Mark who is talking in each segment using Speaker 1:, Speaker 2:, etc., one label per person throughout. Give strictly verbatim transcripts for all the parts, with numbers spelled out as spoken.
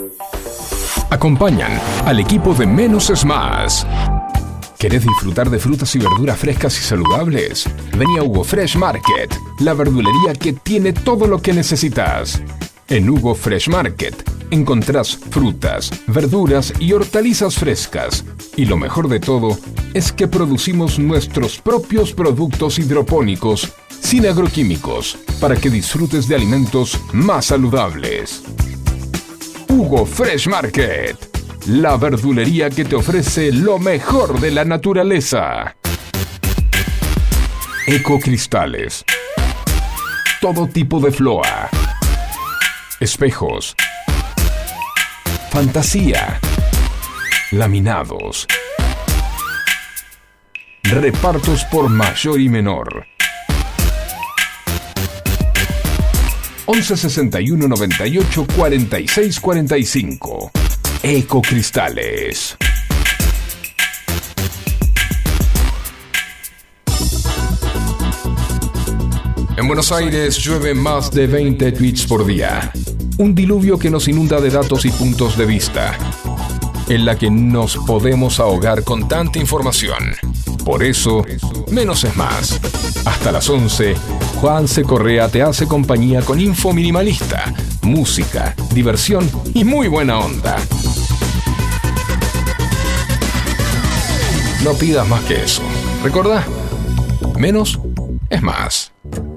Speaker 1: Acompañan al equipo de Menos es Más. ¿Querés disfrutar de frutas y verduras frescas y saludables? Vení a Hugo Fresh Market, la verdulería que tiene todo lo que necesitas. En Hugo Fresh Market encontrás frutas, verduras y hortalizas frescas. Y lo mejor de todo es que producimos nuestros propios productos hidropónicos sin agroquímicos para que disfrutes de alimentos más saludables. Hugo Fresh Market, la verdulería que te ofrece lo mejor de la naturaleza. Ecocristales. Todo tipo de floa. Espejos. Fantasía. Laminados. Repartos por mayor y menor. once sesenta y uno noventa y ocho cuarenta y seis cuarenta y cinco. Ecocristales. En Buenos Aires llueve más de veinte tweets por día. Un diluvio que nos inunda de datos y puntos de vista, en la que nos podemos ahogar con tanta información. Por eso, menos es más. Hasta las once, Juanse Correa te hace compañía con info minimalista, música, diversión y muy buena onda. No pidas más que eso. ¿Recordá? Menos es más.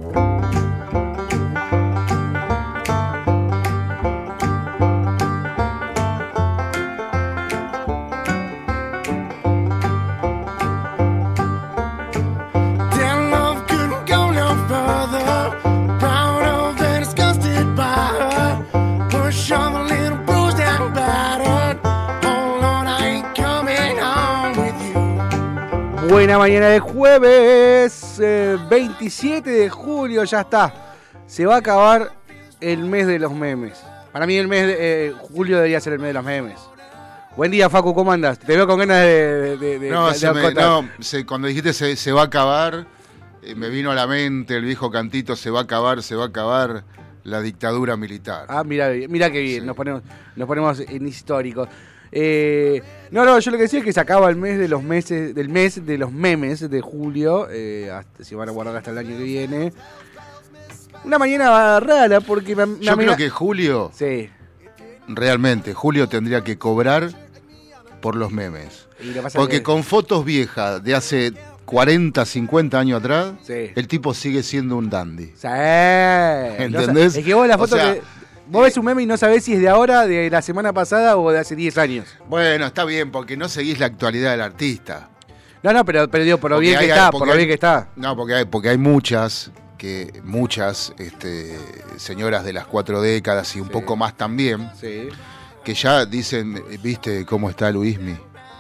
Speaker 2: Buena mañana de jueves, eh, veintisiete de julio, ya está. Se va a acabar el mes de los memes. Para mí el mes de eh, julio debería ser el mes de los memes. Buen día, Facu, ¿cómo andas? Te veo con ganas de... de, de
Speaker 3: no,
Speaker 2: de,
Speaker 3: se
Speaker 2: de
Speaker 3: me, no se, cuando dijiste se, se va a acabar, eh, me vino a la mente el viejo cantito, se va a acabar, se va a acabar la dictadura militar.
Speaker 2: Ah, mira, mira qué bien,
Speaker 3: Sí.
Speaker 2: nos ponemos, nos ponemos en históricos. Eh, no, no, yo lo que decía es que se acaba el mes de los meses, del mes de los memes de julio, eh, hasta, se van a guardar hasta el año que viene. Una mañana rara porque me, me
Speaker 3: Yo
Speaker 2: amena-
Speaker 3: creo que Julio,
Speaker 2: Sí.
Speaker 3: realmente, Julio tendría que cobrar por los memes.
Speaker 2: Y lo que pasa
Speaker 3: Porque
Speaker 2: que-
Speaker 3: con fotos viejas de hace cuarenta, cincuenta años atrás,
Speaker 2: Sí.
Speaker 3: el tipo sigue siendo un dandy.
Speaker 2: Sí. No
Speaker 3: ¿Entendés?
Speaker 2: sa- es que vos la
Speaker 3: O
Speaker 2: foto
Speaker 3: sea,
Speaker 2: que... Vos ves un meme y no sabés si es de ahora, de la semana pasada o de hace diez años.
Speaker 3: Bueno, está bien, porque no seguís la actualidad del artista.
Speaker 2: No, no, pero, pero digo, por lo
Speaker 3: Porque
Speaker 2: bien que
Speaker 3: hay-
Speaker 2: está,
Speaker 3: porque
Speaker 2: por lo
Speaker 3: hay-
Speaker 2: bien que está.
Speaker 3: No, porque hay, porque hay muchas, que muchas este, señoras de las cuatro décadas y un
Speaker 2: Sí.
Speaker 3: poco más también,
Speaker 2: Sí.
Speaker 3: que ya dicen, ¿viste cómo está Luismi?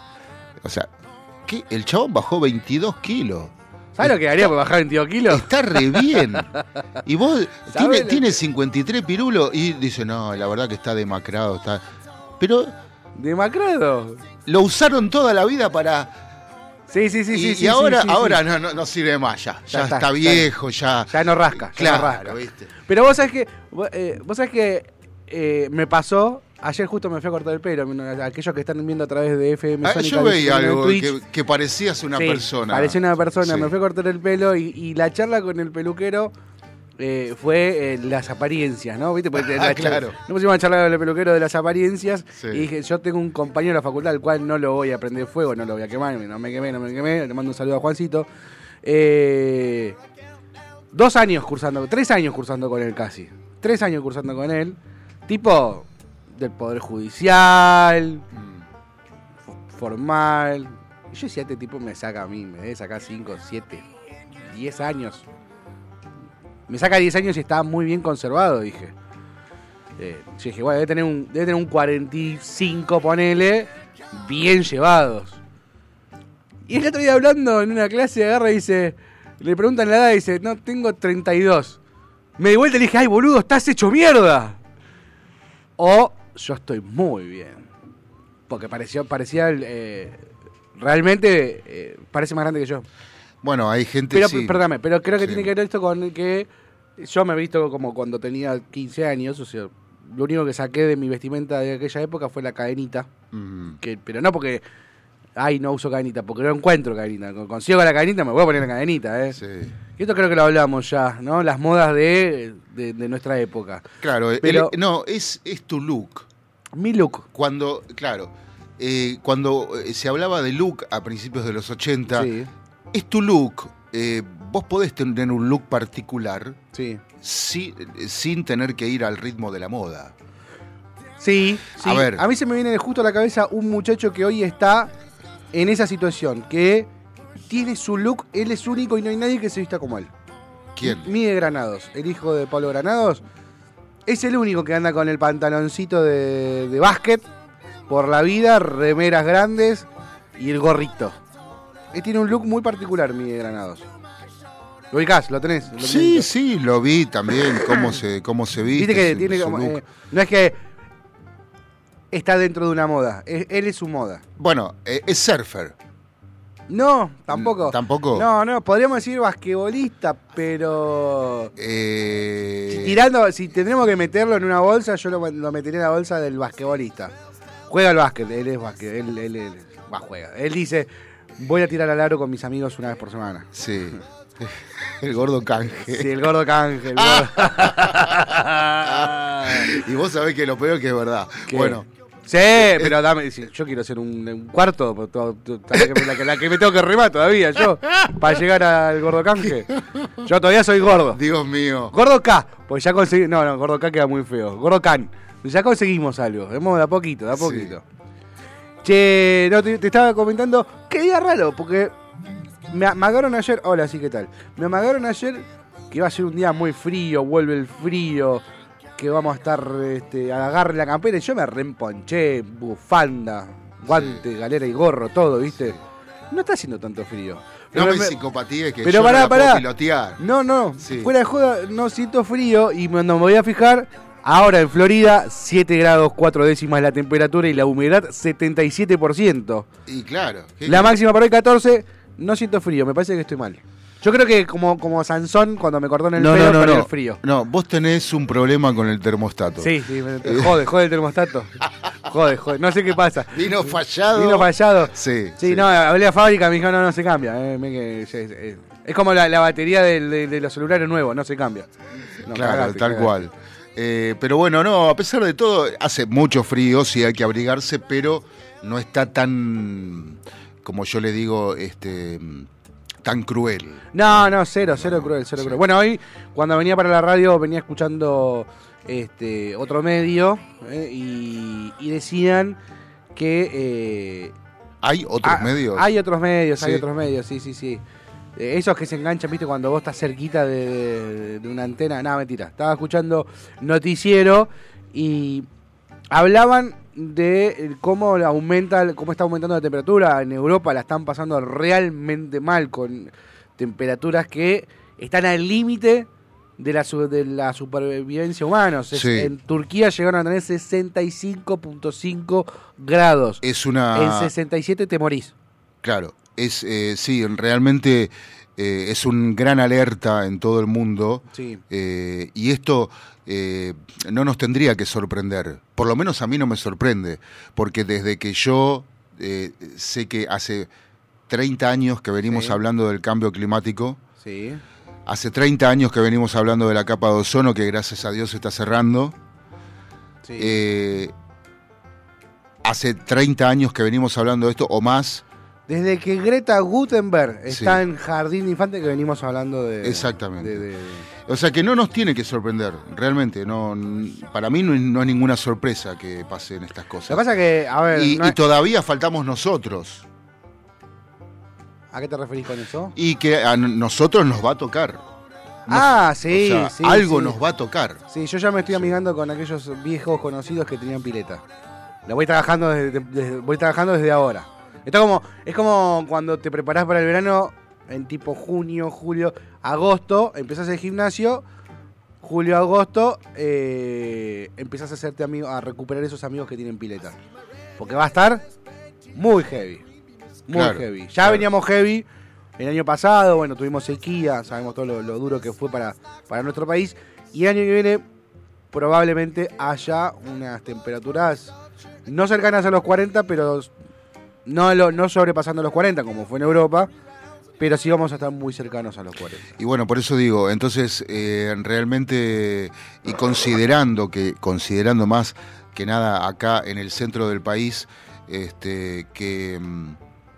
Speaker 3: O sea, ¿qué? El chabón bajó veintidós kilos.
Speaker 2: ¿Sabes lo que haría por bajar veintidós kilos?
Speaker 3: Está re bien. Y vos, tiene,
Speaker 2: lo que-
Speaker 3: tiene cincuenta y tres pirulos y dice, no, la verdad que está demacrado. Está... Pero
Speaker 2: Demacrado.
Speaker 3: lo usaron toda la vida para...
Speaker 2: Sí, sí, sí,
Speaker 3: y
Speaker 2: sí.
Speaker 3: y
Speaker 2: sí,
Speaker 3: ahora,
Speaker 2: sí, sí,
Speaker 3: ahora
Speaker 2: sí.
Speaker 3: No, no, no sirve más ya. Ya,
Speaker 2: Ya está,
Speaker 3: está,
Speaker 2: ya
Speaker 3: viejo, ya...
Speaker 2: Ya no rasca, ya
Speaker 3: Claro,
Speaker 2: no rasca.
Speaker 3: ¿viste?
Speaker 2: Pero vos sabés que, vos, eh, vos sabés que eh, me pasó, ayer justo me fui a cortar el pelo, aquellos que están viendo a través de F M
Speaker 3: Ah,
Speaker 2: Sónica,
Speaker 3: yo
Speaker 2: de
Speaker 3: veía algo
Speaker 2: Twitch.
Speaker 3: que, que parecías una
Speaker 2: Sí,
Speaker 3: persona.
Speaker 2: parecía una persona,
Speaker 3: Sí.
Speaker 2: me fui a cortar el pelo y, y la charla con el peluquero eh, fue eh, las apariencias, ¿no? ¿Viste? Porque
Speaker 3: Ah,
Speaker 2: la-
Speaker 3: claro.
Speaker 2: Nos pusimos a charlar con el peluquero de las apariencias
Speaker 3: Sí.
Speaker 2: y dije, yo tengo un compañero de la facultad al cual no lo voy a prender fuego, no lo voy a quemar, no me quemé, no me quemé, le mando un saludo a Juancito. Eh, dos años cursando, tres años cursando con él casi, tres años cursando con él, tipo del Poder Judicial,
Speaker 3: Mm.
Speaker 2: formal. Y yo decía, este tipo me saca a mí, me debe sacar cinco, siete, diez años. Me saca diez años y está muy bien conservado, dije. Eh, yo dije, bueno, debe tener un, debe tener un cuarenta y cinco, ponele, bien llevados. Y el otro día hablando en una clase agarra y dice, le preguntan la edad y dice, no, tengo treinta y dos. Me di vuelta y le dije, ay, boludo, estás hecho mierda. O yo estoy muy bien. Porque pareció, parecía, eh, realmente, eh, parece más grande que yo.
Speaker 3: Bueno, hay gente...
Speaker 2: Pero,
Speaker 3: sí.
Speaker 2: perdóname, pero creo que
Speaker 3: Sí.
Speaker 2: tiene que ver esto con que yo me he visto como cuando tenía quince años, o sea, lo único que saqué de mi vestimenta de aquella época fue la cadenita.
Speaker 3: Mm.
Speaker 2: Que, pero no porque, ay, no uso cadenita, porque no encuentro cadenita. Cuando consigo la cadenita me voy a poner la cadenita, ¿eh?
Speaker 3: Sí.
Speaker 2: Y esto creo que lo hablamos ya, ¿no? Las modas de, de, de nuestra época.
Speaker 3: Claro,
Speaker 2: Pero-
Speaker 3: el- no, es, es tu look.
Speaker 2: Mi look.
Speaker 3: Cuando, claro, eh, cuando eh, se hablaba de look a principios de los ochenta,
Speaker 2: Sí,
Speaker 3: es tu look. Eh, vos podés tener un look particular
Speaker 2: sí.
Speaker 3: si- sin tener que ir al ritmo de la moda.
Speaker 2: Sí, sí.
Speaker 3: A ver.
Speaker 2: A mí se me viene justo a la cabeza un muchacho que hoy está en esa situación, que tiene su look, él es único y no hay nadie que se vista como él.
Speaker 3: ¿Quién?
Speaker 2: Mide Granados, el hijo de Pablo Granados, es el único que anda con el pantaloncito de, de básquet por la vida, remeras grandes y el gorrito. Él tiene un look muy particular, Mide Granados. ¿Lo ubicás? ¿Lo tenés? ¿Lo
Speaker 3: Sí,
Speaker 2: tenés?
Speaker 3: sí, lo vi también, cómo se, cómo se viste.
Speaker 2: Viste que
Speaker 3: su-
Speaker 2: tiene
Speaker 3: su
Speaker 2: como,
Speaker 3: look.
Speaker 2: eh, no es que está dentro de una moda, es- él es su moda.
Speaker 3: Bueno, eh, es surfer.
Speaker 2: No, tampoco.
Speaker 3: Mm, ¿tampoco?
Speaker 2: No, no, podríamos decir basquetbolista, pero
Speaker 3: Eh,
Speaker 2: tirando, si tendremos que meterlo en una bolsa, yo lo, lo metería en la bolsa del basquetbolista. Juega al básquet, él es básquet, él, él, él, va, juega. Él dice, voy a tirar al aro con mis amigos una vez por semana.
Speaker 3: Sí. El gordo canje.
Speaker 2: Sí, el gordo canje, el gordo.
Speaker 3: Y vos sabés que lo peor que es verdad.
Speaker 2: ¿Qué?
Speaker 3: Bueno,
Speaker 2: Sí, pero dame, si yo quiero hacer un, un cuarto, pues, todo- todo- la, que, la que- la que me tengo que remar todavía, yo, para llegar al gordo canje. Yo todavía soy gordo.
Speaker 3: Dios mío.
Speaker 2: Gordo K, porque ya conseguí. No, no, Gordo K queda muy feo. Gordo Can. Ya conseguimos algo. Vemos de a poquito, de a
Speaker 3: Sí.
Speaker 2: poquito. Che, no, te, te estaba comentando. Qué día raro, porque me amagaron ayer. Hola, sí, ¿qué tal? Me amagaron ayer que iba a ser un día muy frío, vuelve el frío, que vamos a estar, este, a agarre la campera. Y yo me reemponché, bufanda, guante, galera y gorro, todo, ¿viste? No está haciendo tanto frío.
Speaker 3: No
Speaker 2: Pero
Speaker 3: me
Speaker 2: me-
Speaker 3: psicopatía es que
Speaker 2: pero
Speaker 3: yo
Speaker 2: pará,
Speaker 3: no la puedo
Speaker 2: pará.
Speaker 3: pilotear.
Speaker 2: No, no,
Speaker 3: Sí.
Speaker 2: fuera de joda, no siento frío y cuando me voy a fijar, ahora en Florida, siete grados cuatro décimas la temperatura y la humedad setenta y siete por ciento.
Speaker 3: Y claro. ¿qué-
Speaker 2: La máxima para hoy catorce, no siento frío, me parece que estoy mal. Yo creo que como, como Sansón cuando me cortó en el
Speaker 3: No,
Speaker 2: pelo
Speaker 3: no, no,
Speaker 2: perdió
Speaker 3: no.
Speaker 2: el frío.
Speaker 3: No, vos tenés un problema con el termostato.
Speaker 2: Sí, sí, me- jode, jode el termostato. Jode, jode, no sé qué pasa.
Speaker 3: Vino fallado.
Speaker 2: Vino fallado.
Speaker 3: Sí.
Speaker 2: Sí, no, hablé a fábrica, me dijo, no, no se cambia. eh, me que- es, es- es como la, la batería del- de, de los celulares nuevos, no se cambia. No,
Speaker 3: Claro,
Speaker 2: cagaste,
Speaker 3: tal
Speaker 2: cagaste.
Speaker 3: cual. Eh, pero bueno, no, a pesar de todo, hace mucho frío, sí hay que abrigarse, pero no está tan, como yo le digo, este, tan cruel.
Speaker 2: No, no, cero, cero cruel, cero
Speaker 3: Sí.
Speaker 2: cruel. Bueno, hoy cuando venía para la radio venía escuchando este otro medio eh, y, y decían que eh,
Speaker 3: ¿Hay otros
Speaker 2: ah,
Speaker 3: medios?
Speaker 2: Hay otros medios, hay
Speaker 3: Sí.
Speaker 2: otros medios, sí, sí, sí. Eh, esos que se enganchan, viste, cuando vos estás cerquita de, de- de una antena. No, mentira. Estaba escuchando noticiero y hablaban de cómo aumenta, cómo está aumentando la temperatura. En Europa la están pasando realmente mal con temperaturas que están al límite de la, su- de la supervivencia humana. O sea,
Speaker 3: Sí.
Speaker 2: en Turquía llegaron a tener sesenta y cinco punto cinco grados.
Speaker 3: Es una...
Speaker 2: En sesenta y siete te morís.
Speaker 3: Claro, es eh, sí, realmente eh, es un gran alerta en todo el mundo.
Speaker 2: Sí.
Speaker 3: Eh, y esto eh, no nos tendría que sorprender, por lo menos a mí no me sorprende, porque desde que yo eh, sé que hace treinta años que venimos
Speaker 2: Sí.
Speaker 3: hablando del cambio climático,
Speaker 2: Sí.
Speaker 3: hace treinta años que venimos hablando de la capa de ozono que gracias a Dios se está cerrando,
Speaker 2: Sí.
Speaker 3: eh, hace treinta años que venimos hablando de esto o más.
Speaker 2: Desde que Greta Gutenberg está
Speaker 3: Sí.
Speaker 2: en Jardín de Infantes que venimos hablando de...
Speaker 3: Exactamente.
Speaker 2: de- de-
Speaker 3: O sea que no nos tiene que sorprender, realmente. No, para mí no es, no es ninguna sorpresa que pasen estas
Speaker 2: Lo
Speaker 3: cosas.
Speaker 2: que pasa que, a ver,
Speaker 3: y,
Speaker 2: no
Speaker 3: y
Speaker 2: es-
Speaker 3: todavía faltamos nosotros.
Speaker 2: ¿a qué te referís con eso?
Speaker 3: Y que a n- nosotros nos va a tocar. Nos-
Speaker 2: ah, sí,
Speaker 3: o sea,
Speaker 2: sí.
Speaker 3: algo
Speaker 2: sí.
Speaker 3: nos va a tocar.
Speaker 2: Sí, yo ya me estoy amigando con aquellos viejos conocidos que tenían pileta. La voy trabajando desde, desde- voy trabajando desde ahora. Está como, es como cuando te preparás para el verano en tipo junio, julio, agosto, empezás el gimnasio, julio, agosto, eh, empezás a hacerte amigo, a recuperar esos amigos que tienen pileta. Porque va a estar muy heavy. Muy
Speaker 3: Claro,
Speaker 2: heavy. Ya
Speaker 3: claro.
Speaker 2: veníamos heavy el año pasado, bueno, tuvimos sequía, sabemos todo lo, lo duro que fue para, para nuestro país. Y el año que viene probablemente haya unas temperaturas no cercanas a los cuarenta, pero no, lo, no sobrepasando los cuarenta, como fue en Europa, pero sí vamos a estar muy cercanos a los cuarenta.
Speaker 3: Y bueno, por eso digo, entonces, eh, realmente, y considerando que, considerando más que nada acá en el centro del país, este, que mmm,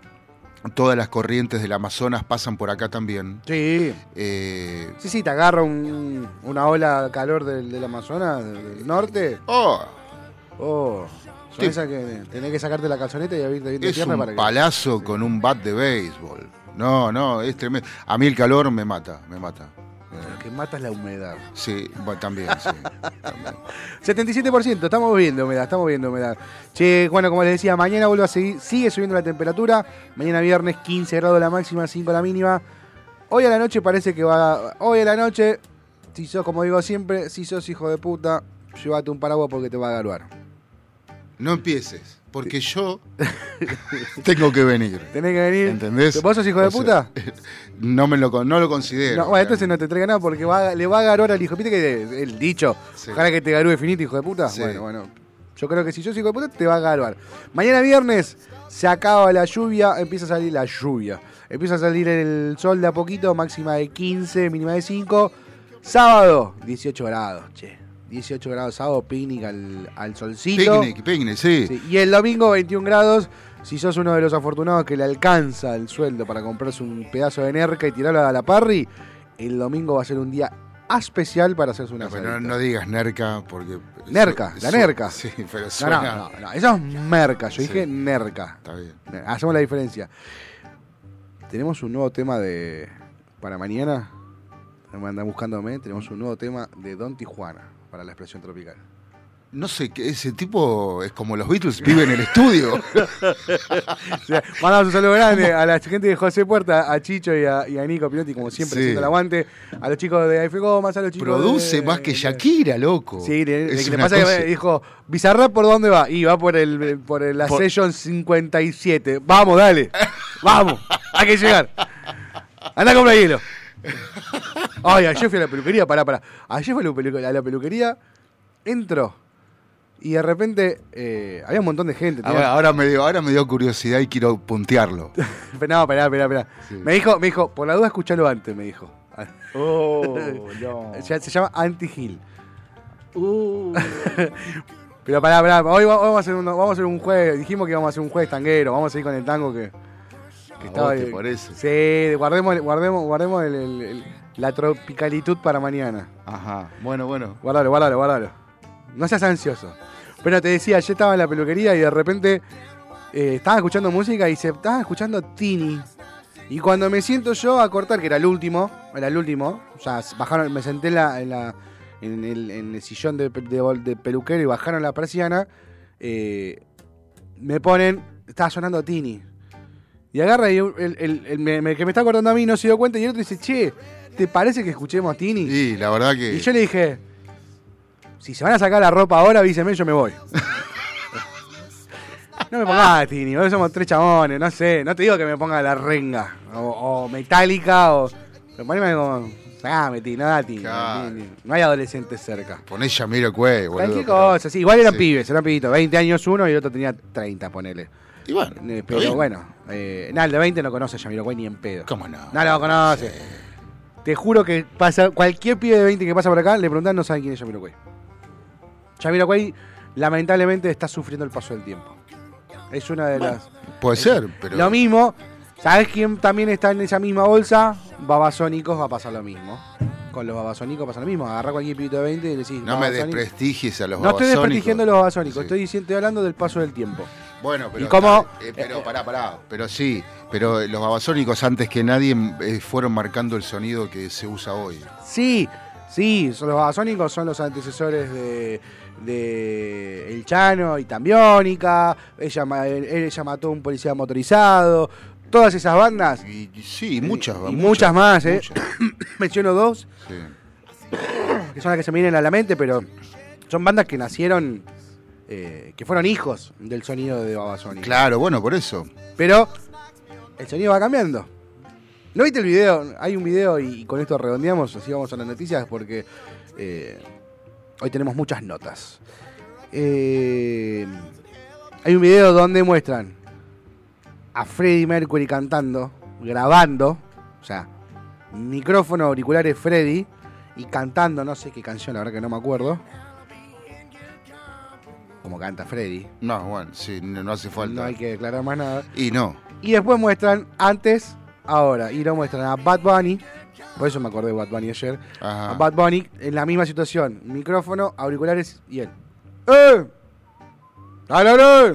Speaker 3: todas las corrientes del Amazonas pasan por acá también.
Speaker 2: Sí.
Speaker 3: Eh,
Speaker 2: sí, sí, te agarra un, una ola de calor del, del Amazonas, del, del norte.
Speaker 3: ¡Oh!
Speaker 2: Oh, son
Speaker 3: Sí.
Speaker 2: esas que tenés que sacarte la calzoneta y abrirte bien de
Speaker 3: Es
Speaker 2: tierra
Speaker 3: un
Speaker 2: para que...
Speaker 3: palazo
Speaker 2: Sí.
Speaker 3: con un bat de béisbol. No, no, es tremendo. A mí el calor me mata, me mata.
Speaker 2: Lo que mata es la humedad.
Speaker 3: Sí, bueno, también, sí. También.
Speaker 2: setenta y siete por ciento, estamos viendo humedad, estamos viendo humedad. Che, bueno, como les decía, mañana vuelve a seguir, sigue subiendo la temperatura. Mañana viernes, quince grados la máxima, cinco la mínima. Hoy a la noche parece que va... Hoy a la noche, si sos, como digo siempre, si sos hijo de puta, llévate un paraguas porque te va a garuar.
Speaker 3: No empieces, porque yo tengo que venir.
Speaker 2: Tenés que venir.
Speaker 3: ¿Entendés?
Speaker 2: ¿Vos sos hijo de
Speaker 3: O sea,
Speaker 2: puta?
Speaker 3: No me lo, con- no lo considero.
Speaker 2: No, bueno, entonces no te traiga nada porque va, le va a garuar al hijo. ¿Viste que el dicho?
Speaker 3: Sí.
Speaker 2: Ojalá que te garúe finito, hijo de puta.
Speaker 3: Sí.
Speaker 2: Bueno, bueno. Yo creo que si sos hijo de puta, te va a garuar. Mañana viernes se acaba la lluvia, empieza a salir la lluvia. Empieza a salir el sol de a poquito, máxima de quince, mínima de cinco. Sábado, dieciocho grados, che. dieciocho grados sábado, picnic al, al solcito.
Speaker 3: Picnic, picnic, sí.
Speaker 2: Sí, y el domingo veintiún grados, si sos uno de los afortunados que le alcanza el sueldo para comprarse un pedazo de nerca y tirarlo a la parry, el domingo va a ser un día especial para hacerse una
Speaker 3: No, pero no,
Speaker 2: asadita.
Speaker 3: no digas nerca, porque...
Speaker 2: Nerca, la nerca.
Speaker 3: Sí, pero
Speaker 2: No,
Speaker 3: suena...
Speaker 2: no, no, no, eso es merca, yo
Speaker 3: Sí.
Speaker 2: dije nerca.
Speaker 3: Está bien.
Speaker 2: Hacemos la diferencia. Tenemos un nuevo tema de para mañana. Me andan buscándome. Tenemos un nuevo tema de Don Tijuana para la expresión tropical.
Speaker 3: No sé, que ese tipo es como los Beatles, vive en el estudio.
Speaker 2: O sea, mandamos un saludo grande a la gente de José Puerta, a Chicho y a, y a Nico Pinotti, como siempre,
Speaker 3: Sí.
Speaker 2: haciendo el aguante. A los chicos de F Gomas, a los chicos
Speaker 3: Produce
Speaker 2: de,
Speaker 3: más que
Speaker 2: de-
Speaker 3: Shakira, loco.
Speaker 2: Sí, le,
Speaker 3: Es
Speaker 2: le- le
Speaker 3: una
Speaker 2: pasa
Speaker 3: cosa-
Speaker 2: que dijo, Bizarrap, ¿por dónde va? Y va por el por el, la
Speaker 3: Por-
Speaker 2: Session cincuenta y siete. Vamos, dale. Vamos. Hay que llegar. Anda a comprar hielo. Ay, ayer fui a la peluquería, pará, pará. Ayer fui a la pelu- a la peluquería, entro y de repente eh, había un montón de gente.
Speaker 3: Ahora, ahora me dio, ahora me dio curiosidad y quiero puntearlo.
Speaker 2: Tenía- No, esperá, esperá, esperá.
Speaker 3: Sí.
Speaker 2: Me dijo, me dijo, por la duda escuchalo antes, me dijo.
Speaker 3: Oh, no.
Speaker 2: Se, se llama Anti-Hill. Pero pará, pará, hoy va- vamos a hacer un, vamos a hacer un jueves, dijimos que íbamos a hacer un jueves tanguero, vamos a ir con el tango que, que
Speaker 3: A
Speaker 2: estaba
Speaker 3: vos te
Speaker 2: ahí.
Speaker 3: parece.
Speaker 2: Sí, guardemos, guardemos, guardemos el- el- el- la tropicalitud para mañana.
Speaker 3: Ajá, bueno, bueno.
Speaker 2: Guardalo, guardalo, guardalo. No seas ansioso. Pero te decía, yo estaba en la peluquería y de repente eh, estaba escuchando música y se estaba escuchando Tini. Y cuando me siento yo a cortar, que era el último, era el último, o sea, bajaron, me senté en, la, en, la, en, el, en el sillón de, de- de peluquero y bajaron la persiana, eh, me ponen, estaba sonando Tini. Y agarra y el, el- el- el- me- me- que me está cortando a mí no se dio cuenta y el otro dice, che, ¿te parece que escuchemos Tini?
Speaker 3: Sí, la verdad que...
Speaker 2: Y yo le dije, si se van a sacar la ropa ahora, avísenme, yo me voy. No me pongas Tini, hoy somos tres chabones, no sé, no te digo que me ponga la renga, o, o metálica, o... Pero poneme como, sacame Tini, no da Tini,
Speaker 3: Claro.
Speaker 2: Tini. No hay adolescentes cerca.
Speaker 3: Ponés Jamiroquai, boludo.
Speaker 2: Cualquier
Speaker 3: pero-
Speaker 2: cosa, sí, igual eran
Speaker 3: Sí.
Speaker 2: pibes, eran pibitos, veinte años uno y el otro tenía treinta, ponele.
Speaker 3: Y bueno,
Speaker 2: Eh,
Speaker 3: está
Speaker 2: Pero
Speaker 3: bien.
Speaker 2: bueno, eh, nada, el de veinte no conoce a Jamiroquai ni en pedo.
Speaker 3: ¿Cómo no?
Speaker 2: No lo conoce.
Speaker 3: Sí.
Speaker 2: Te juro que pasa cualquier pibe de veinte que pasa por acá, le preguntan, no saben quién es Jamiroquai. Jamiroquai lamentablemente está sufriendo el paso del tiempo. Es una de las...
Speaker 3: Puede ser, pero...
Speaker 2: Lo mismo, ¿sabes quién también está en esa misma bolsa? Babasónicos va a pasar lo mismo. Con los babasónicos pasa lo mismo. Agarra cualquier pibito de veinte y le decís...
Speaker 3: No me
Speaker 2: Babasónico.
Speaker 3: desprestigies a los
Speaker 2: No estoy
Speaker 3: babasónicos.
Speaker 2: desprestigiando a los babasónicos,
Speaker 3: Sí.
Speaker 2: estoy, diciendo, estoy hablando del paso del tiempo.
Speaker 3: Bueno, pero...
Speaker 2: ¿Y cómo?
Speaker 3: eh, pero pará, pará. Pero sí, pero los babasónicos antes que nadie eh, fueron marcando el sonido que se usa hoy.
Speaker 2: Sí, sí, son los babasónicos son los antecesores de, de El Chano y Tambiónica. Ella, ma- ella mató a un policía motorizado. Todas esas bandas,
Speaker 3: Y, y sí, muchas.
Speaker 2: y muchas más, ¿eh?
Speaker 3: muchas.
Speaker 2: menciono dos,
Speaker 3: Sí.
Speaker 2: que son las que se me vienen a la mente, pero son bandas que nacieron, eh, que fueron hijos del sonido de Babasónicos.
Speaker 3: Claro, bueno, por eso.
Speaker 2: Pero el sonido va cambiando. ¿No viste el video? Hay un video y, y con esto redondeamos, así vamos a las noticias, porque eh, hoy tenemos muchas notas. Eh, hay un video donde muestran a Freddie Mercury cantando, grabando, o sea, micrófono, auriculares Freddie, y cantando, no sé qué canción, la verdad que no me acuerdo. Como canta Freddie.
Speaker 3: No, bueno, sí, no, no hace falta.
Speaker 2: No hay que declarar más nada.
Speaker 3: Y no.
Speaker 2: Y después muestran antes, ahora, y lo muestran a Bad Bunny, por eso me acordé de Bad Bunny ayer,
Speaker 3: Ajá.
Speaker 2: a Bad Bunny en la misma situación, micrófono, auriculares y él. ¡Eh! ¡Dale, dale!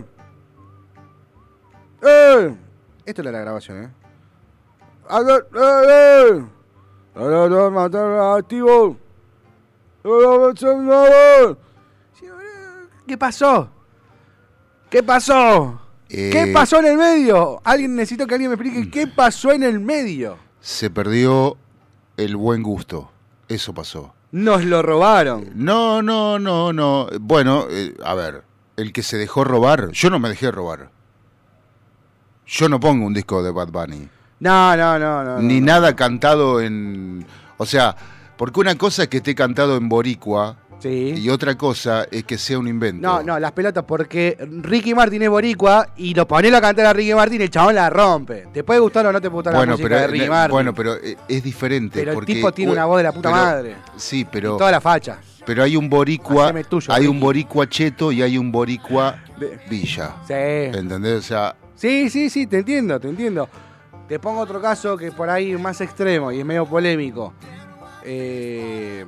Speaker 2: ¡Eh! Esto es la grabación, ¿eh? ¡Eh! ¡Activo! ¿Qué pasó? ¿Qué pasó?
Speaker 3: Eh,
Speaker 2: ¿Qué pasó en el medio? Alguien necesito que alguien me explique qué pasó en el medio.
Speaker 3: Se perdió el buen gusto. Eso pasó.
Speaker 2: Nos lo robaron.
Speaker 3: No, no, no, no. Bueno, eh, a ver, el que se dejó robar, yo no me dejé robar. Yo no pongo un disco de Bad Bunny.
Speaker 2: No, no, no, no.
Speaker 3: Ni
Speaker 2: no,
Speaker 3: nada cantado en... O sea, porque una cosa es que esté cantado en boricua
Speaker 2: Sí.
Speaker 3: y otra cosa es que sea un invento.
Speaker 2: No, no, las pelotas, porque Ricky Martin es boricua y lo ponelo a cantar a Ricky Martin y el chabón la rompe. ¿Te puede gustar o no te puede gustar
Speaker 3: Bueno,
Speaker 2: la música
Speaker 3: pero,
Speaker 2: de Ricky
Speaker 3: eh,
Speaker 2: Martin?
Speaker 3: bueno, pero eh, es diferente.
Speaker 2: Pero el
Speaker 3: porque,
Speaker 2: tipo tiene una voz de la puta
Speaker 3: pero-
Speaker 2: madre.
Speaker 3: Sí, pero...
Speaker 2: Y toda la facha.
Speaker 3: Pero hay un boricua,
Speaker 2: Haceme tuyo,
Speaker 3: hay
Speaker 2: Ricky.
Speaker 3: un boricua cheto y hay un boricua
Speaker 2: De-
Speaker 3: villa.
Speaker 2: Sí.
Speaker 3: ¿Entendés? O sea,
Speaker 2: Sí, sí, sí, te entiendo, te entiendo. Te pongo otro caso que por ahí es más extremo y es medio polémico. Eh...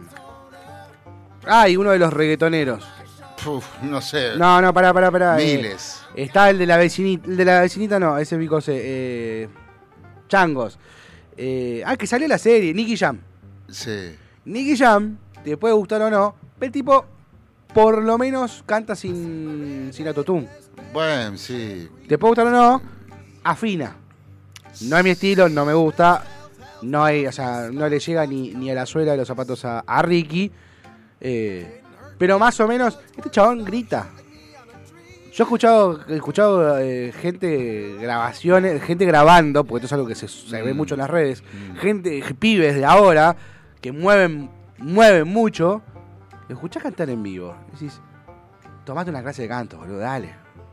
Speaker 2: Ah, y uno de los reggaetoneros.
Speaker 3: puf, no sé,
Speaker 2: No, no, pará, pará, pará. eh,
Speaker 3: miles.
Speaker 2: está el de la vecinita, el de la vecinita no, ese Vico C. Eh, Changos. Eh, ah, que salió la serie, Nicky Jam.
Speaker 3: Sí.
Speaker 2: Nicky Jam, te puede gustar o no, pero el tipo por lo menos canta sin, sin autotune.
Speaker 3: Bueno, sí.
Speaker 2: Te puede gustar o no, afina. No es mi estilo, no me gusta. No hay, o sea, no le llega ni, ni a la suela de los zapatos a, a Ricky. Eh, pero más o menos, este chabón grita. Yo he escuchado, he escuchado eh, gente grabaciones, gente grabando, porque esto es algo que se, se ve
Speaker 3: Mm.
Speaker 2: mucho en las redes,
Speaker 3: Mm.
Speaker 2: gente, pibes de ahora, que mueven, mueven mucho. Lo escuchás cantar en vivo. Decís, tomate una clase de canto, boludo, dale.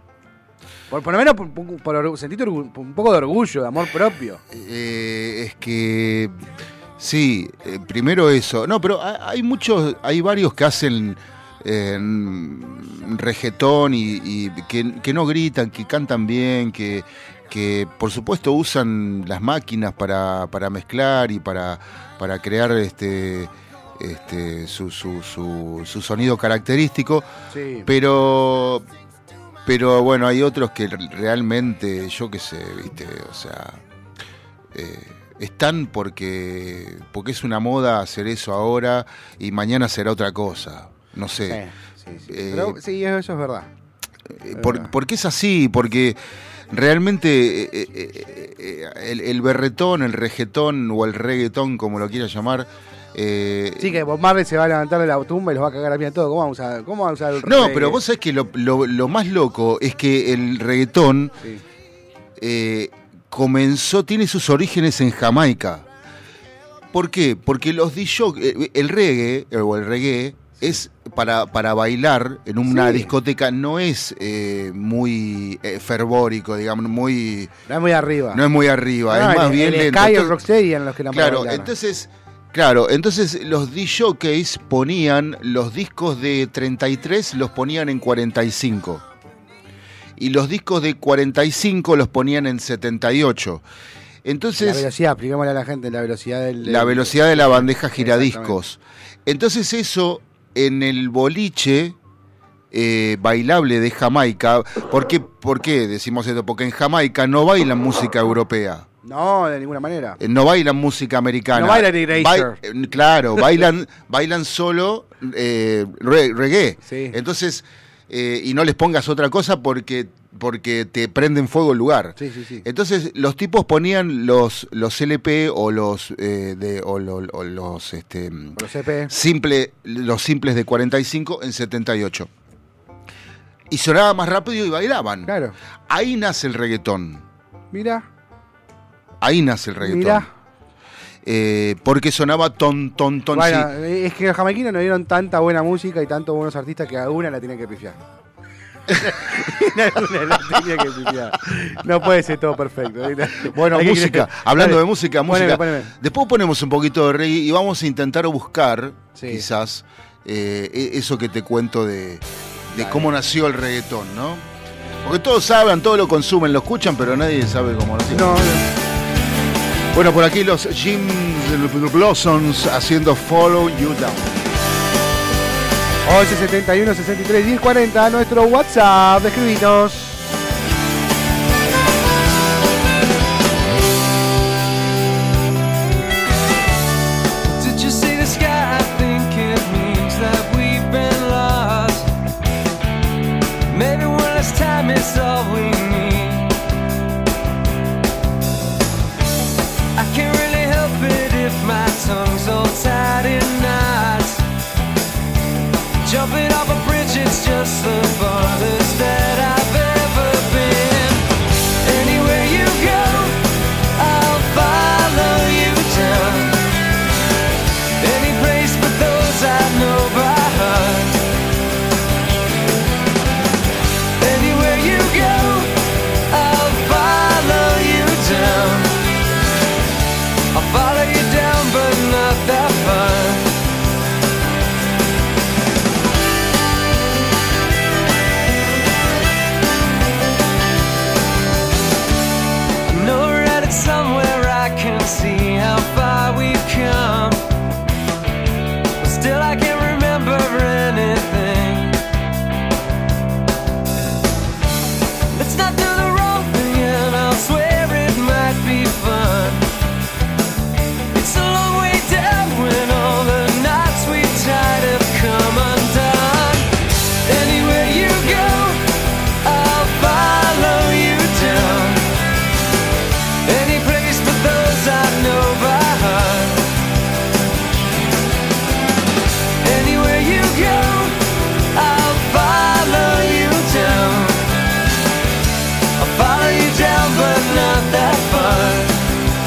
Speaker 2: Por, por lo menos por, por, por orgu- sentite orgu- por un poco de orgullo, de amor propio.
Speaker 3: Eh, es que sí, eh, primero eso. No, pero ha- hay muchos, hay varios que hacen eh, reggaetón y, y que, que no gritan, que cantan bien, que, que por supuesto usan las máquinas para, para mezclar y para, para crear este, este su, su, su, su sonido característico.
Speaker 2: Sí.
Speaker 3: Pero, pero bueno, hay otros que realmente, yo qué sé, viste, o sea, eh, están porque, porque es una moda hacer eso ahora y mañana será otra cosa, no sé.
Speaker 2: Sí, sí, sí.
Speaker 3: Eh,
Speaker 2: Pero sí, eso es verdad.
Speaker 3: Eh, por- porque es así, porque realmente eh, eh, eh, eh, el, el berretón, el reggaetón o el reggaetón, como lo quieras llamar, eh,
Speaker 2: Sí, que Bob Marley se va a levantar de la tumba y los va a cagar a pie a todo. ¿Cómo vamos a, cómo vamos a usar el
Speaker 3: no,
Speaker 2: reggae?
Speaker 3: pero vos sabés que lo, lo- lo más loco es que el reggaetón
Speaker 2: Sí.
Speaker 3: eh, comenzó, tiene sus orígenes en Jamaica. ¿Por qué? Porque los D J, eh, el reggae, eh, o el reggae, es para, para bailar en una
Speaker 2: Sí.
Speaker 3: discoteca, no es eh, muy eh, fervórico, digamos, muy...
Speaker 2: No es muy arriba.
Speaker 3: No es muy arriba,
Speaker 2: No,
Speaker 3: es más
Speaker 2: el,
Speaker 3: bien
Speaker 2: el
Speaker 3: lento.
Speaker 2: Sky y el
Speaker 3: Entonces-
Speaker 2: Rocksteady eran los que eran para
Speaker 3: Claro,
Speaker 2: bailar.
Speaker 3: entonces, claro, entonces los D Js ponían los discos de treinta y tres los ponían en cuarenta y cinco. Y los discos de cuarenta y cinco los ponían en setenta y ocho.
Speaker 2: La
Speaker 3: Entonces,
Speaker 2: velocidad, expliquémosle a la gente la velocidad del...
Speaker 3: la
Speaker 2: del-
Speaker 3: velocidad de la bandeja giradiscos. Entonces eso en el boliche eh, bailable de Jamaica, ¿por qué, ¿por qué decimos esto? Porque en Jamaica no bailan música europea.
Speaker 2: No, de ninguna manera.
Speaker 3: Eh, No bailan música americana.
Speaker 2: No bailan Erasure.
Speaker 3: Bai- eh, claro, bailan, bailan solo eh, re- reggae.
Speaker 2: Sí.
Speaker 3: Entonces, eh, y no les pongas otra cosa porque, porque te prenden fuego el lugar.
Speaker 2: Sí, sí, sí.
Speaker 3: Entonces, los tipos ponían los, los L P o los eh, de, o, lo- o los este,
Speaker 2: Por los C P.
Speaker 3: simple, los simples de cuarenta y cinco en setenta y ocho. Y sonaba más rápido y bailaban.
Speaker 2: Claro.
Speaker 3: Ahí nace el reggaetón.
Speaker 2: Mira,
Speaker 3: Ahí nace el reggaetón.
Speaker 2: mira.
Speaker 3: eh, porque sonaba ton, ton, ton.
Speaker 2: Bueno,
Speaker 3: sí.
Speaker 2: es que los jamaiquinos nos dieron tanta buena música y tantos buenos artistas que a una la tienen que pifiar. Una la tenía que pifiar. No puede ser todo perfecto.
Speaker 3: Bueno,
Speaker 2: Hay
Speaker 3: música.
Speaker 2: que...
Speaker 3: Hablando
Speaker 2: Dale.
Speaker 3: de música, música.
Speaker 2: Poneme, poneme.
Speaker 3: Después ponemos un poquito de reggae y vamos a intentar buscar,
Speaker 2: Sí.
Speaker 3: quizás, eh, eso que te cuento de, de cómo nació el reggaetón, ¿no? Porque todos saben, todos lo consumen, lo escuchan, pero nadie sabe cómo nació.
Speaker 2: No, no.
Speaker 3: Bueno, por aquí los Jim Blossoms haciendo Follow You Down.
Speaker 2: once setenta y uno sesenta y tres diez cuarenta, nuestro WhatsApp, escribinos.
Speaker 4: Did you see the sky? I think it means that we've been lost. Maybe one last time is all we need. I can't really help it if my tongue's all tied in knots. Jumping off a bridge, it's just the farthest that I've ever been. Anywhere you go, I'll follow you down. Any place but those I know by heart. Anywhere you go, I'll follow you down. I'll follow you down, but not that far. Somewhere I can see how far we've come, but still I can't remember anything. Let's not do the wrong thing and I'll swear it might be fun. It's a long way down when all the knots we tied have come undone. Anywhere you go, I'll follow you down. Any place but those I know by heart. Anywhere you go, I'll follow you down. I'll follow you down, but not that far.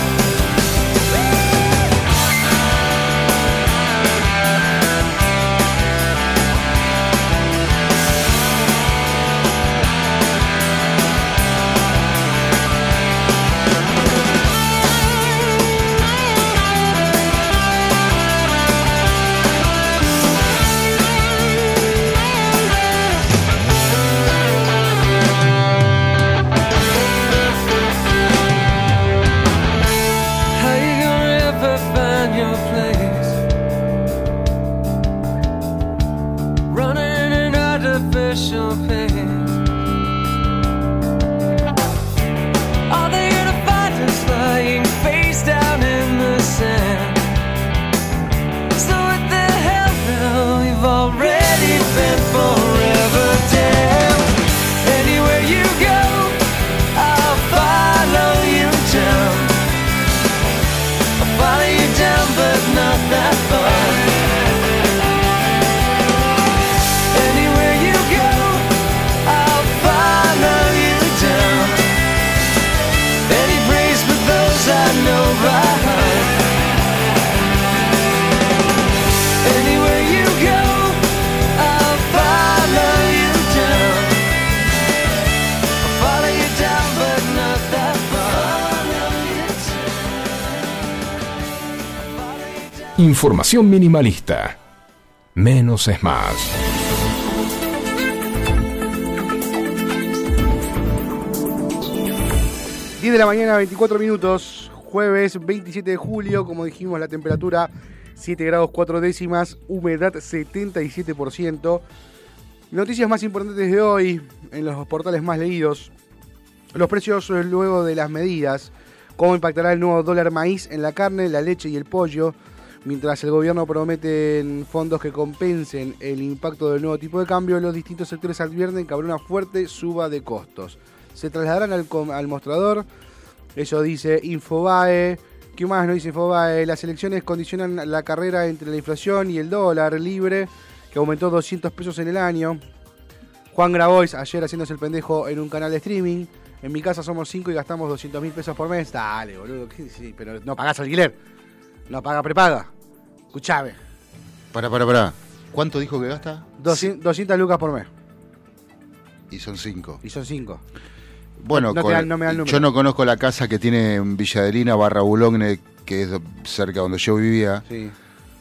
Speaker 1: Información minimalista. Menos es más.
Speaker 2: diez de la mañana, veinticuatro minutos, jueves veintisiete de julio, como dijimos, la temperatura siete grados cuatro décimas, humedad setenta y siete por ciento. Noticias más importantes de hoy, en los portales más leídos, los precios luego de las medidas, cómo impactará el nuevo dólar maíz en la carne, la leche y el pollo, mientras el gobierno promete fondos que compensen el impacto del nuevo tipo de cambio, los distintos sectores advierten que habrá una fuerte suba de costos. Se trasladarán al, al mostrador, eso dice Infobae. ¿Qué más no dice Infobae? Las elecciones condicionan la carrera entre la inflación y el dólar libre, que aumentó doscientos pesos en el año. Juan Grabois, ayer haciéndose el pendejo en un canal de streaming. En mi casa somos cinco y gastamos doscientos mil pesos por mes. Dale, boludo, ¿qué? Sí, pero no pagás alquiler. No paga prepaga. Escuchame.
Speaker 3: Pará, pará, pará. ¿Cuánto dijo que gasta?
Speaker 2: doscientas lucas por mes.
Speaker 3: Y son cinco.
Speaker 2: Y son cinco.
Speaker 3: Bueno,
Speaker 2: no,
Speaker 3: con,
Speaker 2: te dan, no me dan número.
Speaker 3: Yo no conozco la casa que tiene en Villadelina, barra Boulogne, que es cerca donde yo vivía.
Speaker 2: Sí.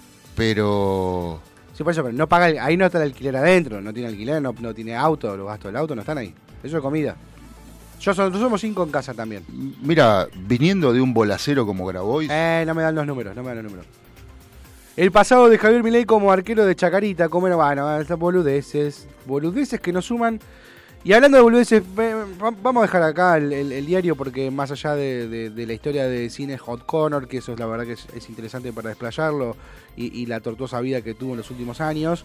Speaker 3: Pero...
Speaker 2: Sí, por eso, pero no paga, el, ahí no está el alquiler adentro, no tiene alquiler, no, no tiene auto, los gastos del auto no están ahí. Eso es comida. Yo son, nosotros somos cinco en casa también.
Speaker 3: Mira, viniendo de un bolacero como Grabois...
Speaker 2: Eh, no me dan los números, no me dan los números. El pasado de Javier Milei como arquero de Chacarita, como era, bueno, estas boludeces, boludeces que nos suman. Y hablando de boludeces, vamos a dejar acá el, el, el diario porque más allá de, de, de la historia de Cine Hot Connor, que eso es la verdad que es, es interesante para desplayarlo, y, y la tortuosa vida que tuvo en los últimos años,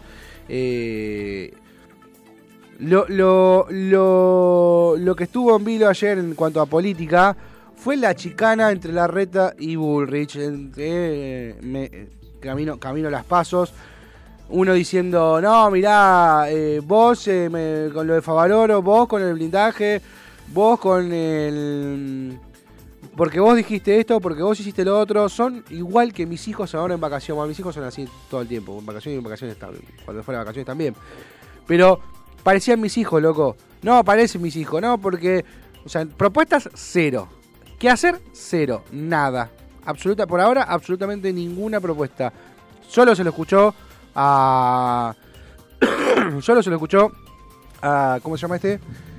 Speaker 2: eh, lo, lo, lo, lo que estuvo en vilo ayer en cuanto a política fue la chicana entre Larreta y Bullrich, entre, eh, me, camino, camino a las pasos. Uno diciendo, no, mirá, eh, vos eh, me, con lo de Favaloro, vos con el blindaje, vos con el... Porque vos dijiste esto, porque vos hiciste lo otro. Son igual que mis hijos ahora en vacaciones. Bueno, mis hijos son así todo el tiempo, en vacaciones y en vacaciones, cuando fuera de vacaciones también. Pero parecían mis hijos, loco. No, parecen mis hijos, no, porque... O sea, propuestas, cero. ¿Qué hacer? Cero. Nada. Absoluta, por ahora, absolutamente ninguna propuesta. Solo se lo escuchó a... Solo se lo escuchó a... ¿Cómo se llama este?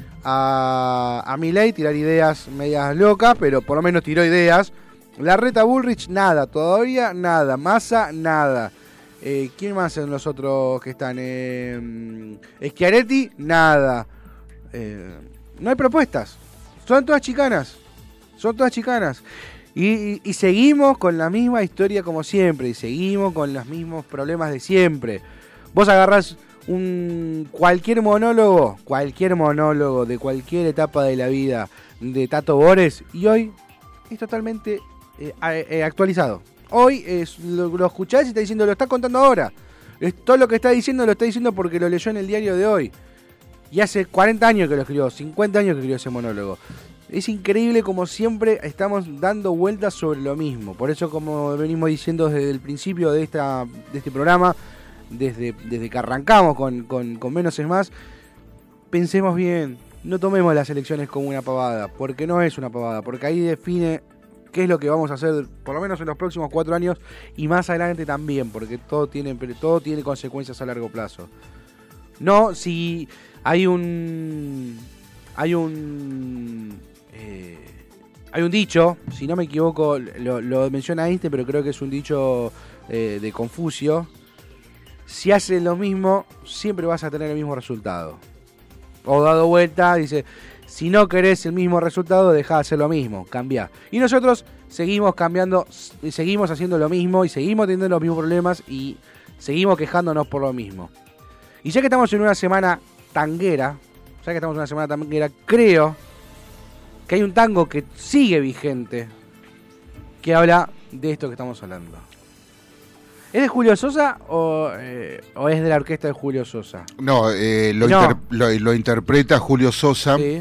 Speaker 2: A, a Milei tirar ideas medias locas, pero por lo menos tiró ideas. Larreta, Bullrich, nada. Todavía nada. Massa, nada. Eh, ¿Quién más son los otros que están? Eh, Schiaretti, nada. Eh, no hay propuestas. Son todas chicanas. Son todas chicanas. Y, y, y seguimos con la misma historia como siempre. Y seguimos con los mismos problemas de siempre. Vos agarrás un cualquier monólogo, cualquier monólogo de cualquier etapa de la vida de Tato Bores, y hoy es totalmente eh, eh, actualizado. Hoy es, lo, lo escuchás y está diciendo, lo está contando ahora. Es, todo lo que está diciendo lo está diciendo porque lo leyó en el diario de hoy. Y hace cuarenta años que lo escribió, cincuenta años que escribió ese monólogo. Es increíble como siempre estamos dando vueltas sobre lo mismo. Por eso, como venimos diciendo desde el principio de, esta, de este programa, desde, desde que arrancamos con, con, con Menos es Más, pensemos bien, no tomemos las elecciones como una pavada, porque no es una pavada, porque ahí define qué es lo que vamos a hacer, por lo menos en los próximos cuatro años y más adelante también, porque todo tiene, todo tiene consecuencias a largo plazo. No, si hay un... Hay un... Eh, hay un dicho, si no me equivoco, lo, lo menciona Einstein, pero creo que es un dicho eh, de Confucio. Si haces lo mismo, siempre vas a tener el mismo resultado. O dado vuelta, dice, si no querés el mismo resultado, dejá de hacer lo mismo, cambia. Y nosotros seguimos cambiando, seguimos haciendo lo mismo y seguimos teniendo los mismos problemas y seguimos quejándonos por lo mismo. Y ya que estamos en una semana tanguera, ya que estamos en una semana tanguera, creo que hay un tango que sigue vigente, que habla de esto que estamos hablando. ¿Es de Julio Sosa o, eh, o es de la orquesta de Julio Sosa?
Speaker 3: No, eh, lo,
Speaker 2: no.
Speaker 3: Inter, lo, lo interpreta Julio Sosa,
Speaker 2: sí.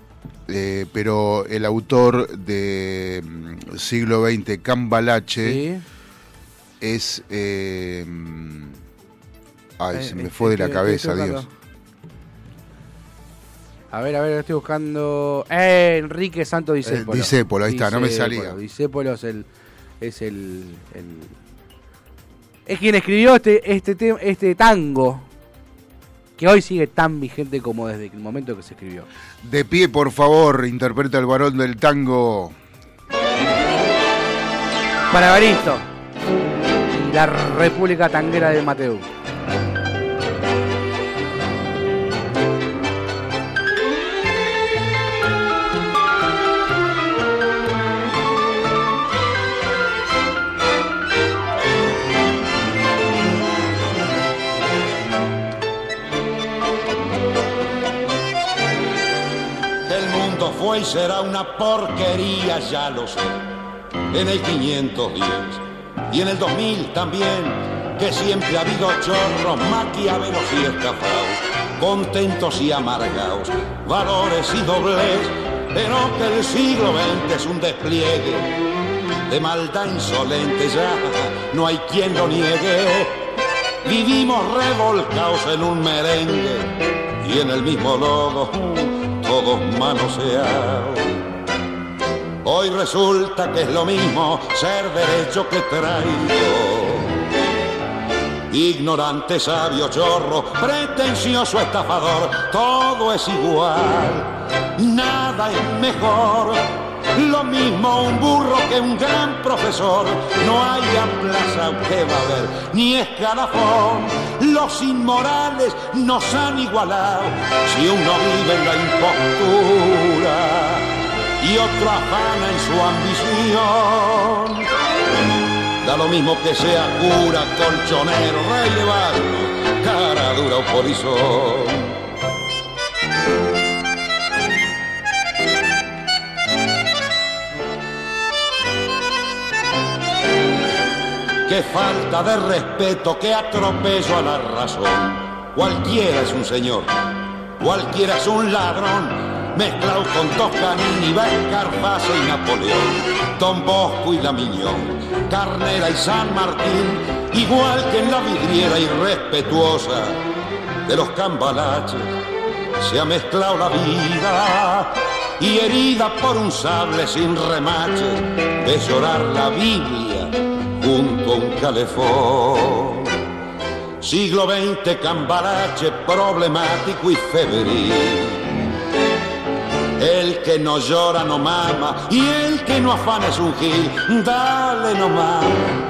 Speaker 3: eh, pero el autor de mm, siglo veinte, Cambalache,
Speaker 2: Sí.
Speaker 3: es... Eh, ay,
Speaker 2: Eh,
Speaker 3: se me
Speaker 2: eh,
Speaker 3: fue de la
Speaker 2: estoy-
Speaker 3: cabeza,
Speaker 2: estoy
Speaker 3: Dios.
Speaker 2: buscando. A ver, a ver, estoy buscando... Eh, Enrique Santo Discépolo.
Speaker 3: Eh, Discépolo, ahí está, no me
Speaker 2: Discépolo.
Speaker 3: salía.
Speaker 2: Discépolo es el... Es el, el es quien escribió este, este, te, este tango, que hoy sigue tan vigente como desde el momento que se escribió.
Speaker 3: De pie, por favor, interpreta el varón del tango.
Speaker 2: Para Baristo, la República Tanguera de Mateu.
Speaker 5: Fue y será una porquería, ya lo sé. En el quinientos diez y en el dos mil también, que siempre ha habido chorros, maquiavelos y estafados, contentos y amargados, valores y doblez, pero que el siglo veinte es un despliegue de maldad insolente ya no hay quien lo niegue. Vivimos revolcados en un merengue y en el mismo lodo todos manoseados. Hoy resulta que es lo mismo ser derecho que traigo. Ignorante, sabio, chorro, pretencioso, estafador, todo es igual, nada es mejor. Lo mismo un burro que un gran profesor, no hay plaza que va a haber, ni escalafón. Los inmorales nos han igualado, si uno vive en la impostura y otro afana en su ambición. Da lo mismo que sea cura, colchonero, rey de barco, cara dura o polizón. Qué falta de respeto, qué atropello a la razón. Cualquiera es un señor, cualquiera es un ladrón, mezclado con Toscanini, Escarpazo y Napoleón, Don Bosco y Lamiñón, Carnera y San Martín, igual que en la vidriera irrespetuosa de los cambalaches, se ha mezclado la vida y herida por un sable sin remache, de llorar la Biblia junto a un calefón. Siglo veinte, cambalache problemático y febril. El que no llora no mama y el que no afana es un gil. Dale nomás,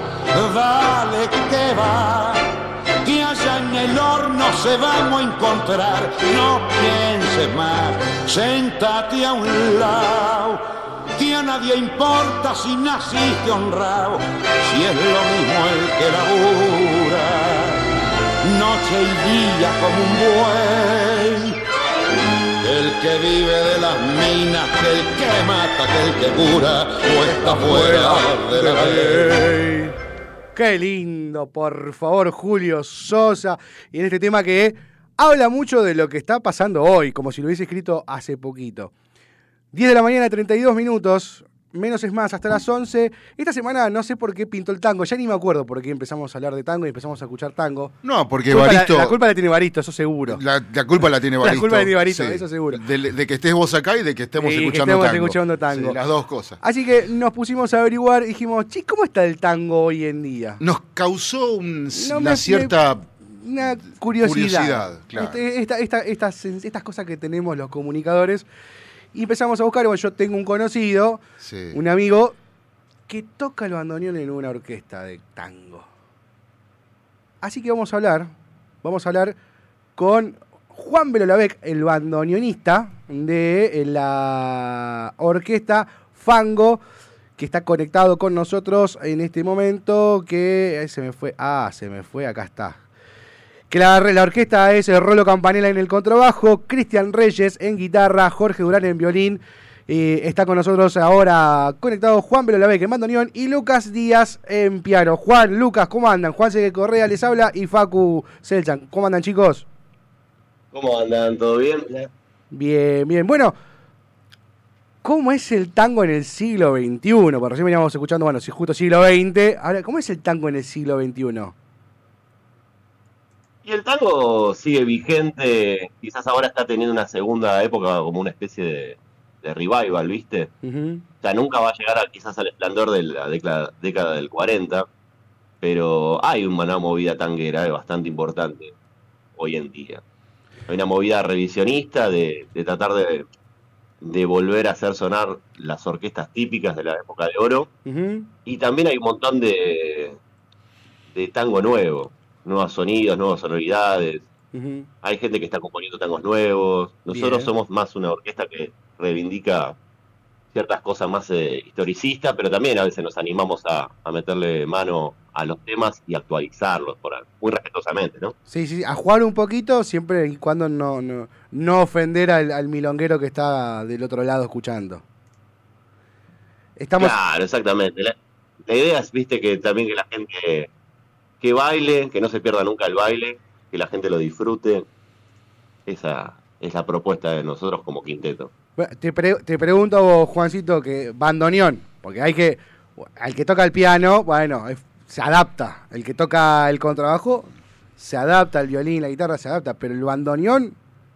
Speaker 5: dale que va, que allá en el horno se vamos a encontrar. No pienses más, séntate a un lado, que a nadie importa si naciste honrado, si es lo mismo el que labura noche y día como un buey. El que vive de las minas, que el que mata, que el que cura, o está fuera de la ley.
Speaker 2: Qué lindo, por favor, Julio Sosa. Y en este tema que habla mucho de lo que está pasando hoy, como si lo hubiese escrito hace poquito. diez de la mañana, treinta y dos minutos. Menos es más, hasta las once. Esta semana no sé por qué pintó el tango. Ya ni me acuerdo por qué empezamos a hablar de tango y empezamos a escuchar tango.
Speaker 3: No, porque
Speaker 2: culpa
Speaker 3: Baristo...
Speaker 2: La, la culpa la tiene Baristo, eso seguro.
Speaker 3: La, la culpa la tiene Baristo.
Speaker 2: La culpa la tiene Baristo,
Speaker 3: sí.
Speaker 2: Eso seguro.
Speaker 3: De, de que estés vos acá y de que estemos
Speaker 2: y
Speaker 3: escuchando
Speaker 2: que estemos
Speaker 3: tango.
Speaker 2: escuchando tango.
Speaker 3: Sí, las dos cosas.
Speaker 2: Así que nos pusimos a averiguar y dijimos, che, ¿cómo está el tango hoy en día?
Speaker 3: Nos causó un,
Speaker 2: No,
Speaker 3: una
Speaker 2: me-
Speaker 3: cierta...
Speaker 2: me- una curiosidad.
Speaker 3: Curiosidad, claro.
Speaker 2: Este- esta- esta- estas, estas cosas que tenemos los comunicadores. Y empezamos a buscar, bueno, yo tengo un conocido,
Speaker 3: Sí.
Speaker 2: un amigo, que toca el bandoneón en una orquesta de tango. Así que vamos a hablar, vamos a hablar con Juan Belolavec, el bandoneonista de la orquesta Fango, que está conectado con nosotros en este momento, que ahí se me fue, ah, se me fue, acá está. Que la, la orquesta es Rolo Campanella en el contrabajo, Cristian Reyes en guitarra, Jorge Durán en violín. Eh, está con nosotros ahora conectado Juan Belolavec en bandoneón y Lucas Díaz en piano. Juan, Lucas, ¿cómo andan? Juan Seque Correa les habla y Facu Selchan. ¿Cómo andan, chicos?
Speaker 6: ¿Cómo andan? ¿Todo bien?
Speaker 2: Bien, bien. Bueno, ¿cómo es el tango en el siglo veintiuno? Porque recién veníamos escuchando, bueno, si justo siglo veinte. Ahora, ¿cómo es el tango en el siglo veintiuno?
Speaker 6: Y el tango sigue vigente, quizás ahora está teniendo una segunda época como una especie de, de revival, ¿viste?
Speaker 2: Uh-huh.
Speaker 6: O sea, nunca va a llegar a, quizás al esplendor de la década, década del cuarenta, pero hay una movida tanguera bastante importante hoy en día. Hay una movida revisionista de, de tratar de, de volver a hacer sonar las orquestas típicas de la época de oro,
Speaker 2: Uh-huh.
Speaker 6: y también hay un montón de, de tango nuevo. Nuevos sonidos, nuevas sonoridades.
Speaker 2: Uh-huh.
Speaker 6: Hay gente que está componiendo tangos nuevos. Nosotros
Speaker 2: Bien.
Speaker 6: somos más una orquesta que reivindica ciertas cosas más eh, historicistas, pero también a veces nos animamos a, a meterle mano a los temas y actualizarlos, por, muy respetuosamente, ¿no?
Speaker 2: Sí, sí, a jugar un poquito, siempre y cuando no, no, no ofender al, al milonguero que está del otro lado escuchando. Estamos...
Speaker 6: Claro, exactamente. La, la idea es, viste, que también que la gente que baile, que no se pierda nunca el baile, que la gente lo disfrute. Esa es la propuesta de nosotros como quinteto.
Speaker 2: Bueno, Te, pre- te pregunto a vos, Juancito, que bandoneón, porque hay que Al que toca el piano, bueno, es- se adapta. El que toca el contrabajo, se adapta. El violín, la guitarra, se adapta. Pero el bandoneón,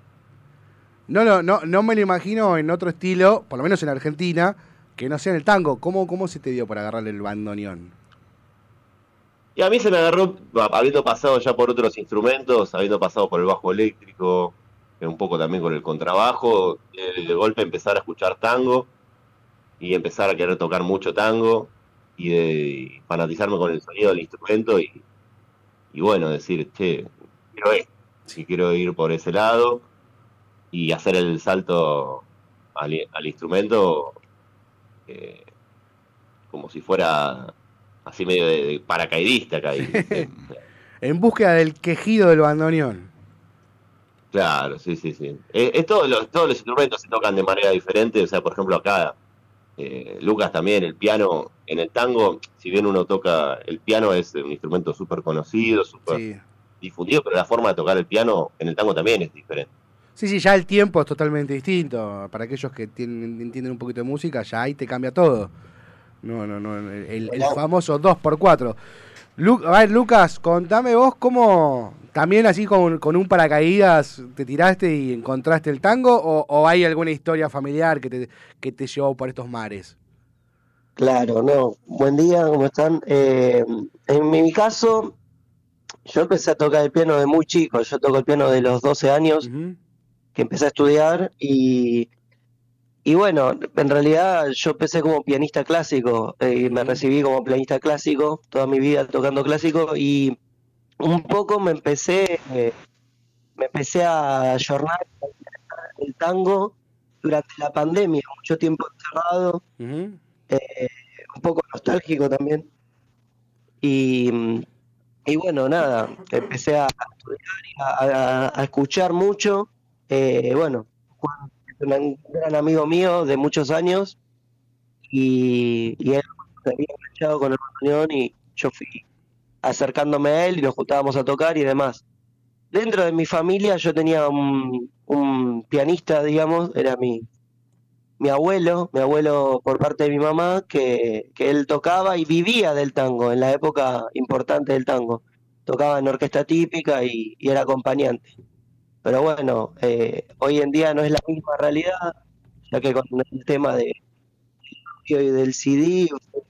Speaker 2: no, lo- no, no me lo imagino en otro estilo, por lo menos en Argentina, que no sea en el tango. ¿Cómo, cómo se te dio para agarrarle el bandoneón?
Speaker 6: Y a mí se me agarró, habiendo pasado ya por otros instrumentos, habiendo pasado por el bajo eléctrico, eh, un poco también con el contrabajo, eh, de golpe empezar a escuchar tango y empezar a querer tocar mucho tango y, de, y fanatizarme con el sonido del instrumento y, y bueno, decir, che, quiero esto, si quiero ir por ese lado y hacer el salto al, al instrumento eh, como si fuera así medio de, de paracaidista caí. ¿viste?
Speaker 2: En búsqueda del quejido del bandoneón.
Speaker 6: Claro, sí, sí, sí. Eh, es todos los, todos los instrumentos se tocan de manera diferente, o sea, por ejemplo acá, eh, Lucas también, el piano, en el tango, si bien uno toca, el piano es un instrumento súper conocido, súper
Speaker 2: Sí.
Speaker 6: difundido, pero la forma de tocar el piano en el tango también es diferente.
Speaker 2: Sí, sí, ya el tiempo es totalmente distinto. Para aquellos que tienen, entienden un poquito de música, ya ahí te cambia todo. No, no, no, el, el famoso dos por cuatro. Lu- a ver, Lucas, contame vos cómo, también así con, con un paracaídas te tiraste y encontraste el tango, o, o hay alguna historia familiar que te, que te llevó por estos mares.
Speaker 7: Claro, no. Buen día, ¿cómo están? Eh, en mi caso, yo empecé a tocar el piano de muy chico. Yo toco el piano de los doce años,
Speaker 2: Ujú.
Speaker 7: que empecé a estudiar y, y bueno, en realidad yo empecé como pianista clásico eh, y me
Speaker 2: Ujú.
Speaker 7: recibí como pianista clásico toda mi vida tocando clásico y un poco me empecé, eh, me empecé a ayornar el tango durante la pandemia, mucho tiempo encerrado,
Speaker 2: Ujú.
Speaker 7: eh, un poco nostálgico también. Y, y bueno, nada, empecé a estudiar y a, a- a escuchar mucho. Eh, bueno, Juan es un gran amigo mío de muchos años y, y él se había enganchado con el bandoneón y yo fui acercándome a él y nos juntábamos a tocar y demás. Dentro de mi familia yo tenía un, un pianista, digamos, era mi, mi abuelo, mi abuelo por parte de mi mamá, que, que él tocaba y vivía del tango, en la época importante del tango. Tocaba en orquesta típica y, y era acompañante. Pero bueno, eh, hoy en día no es la misma realidad, ya que con el tema de, y del C D,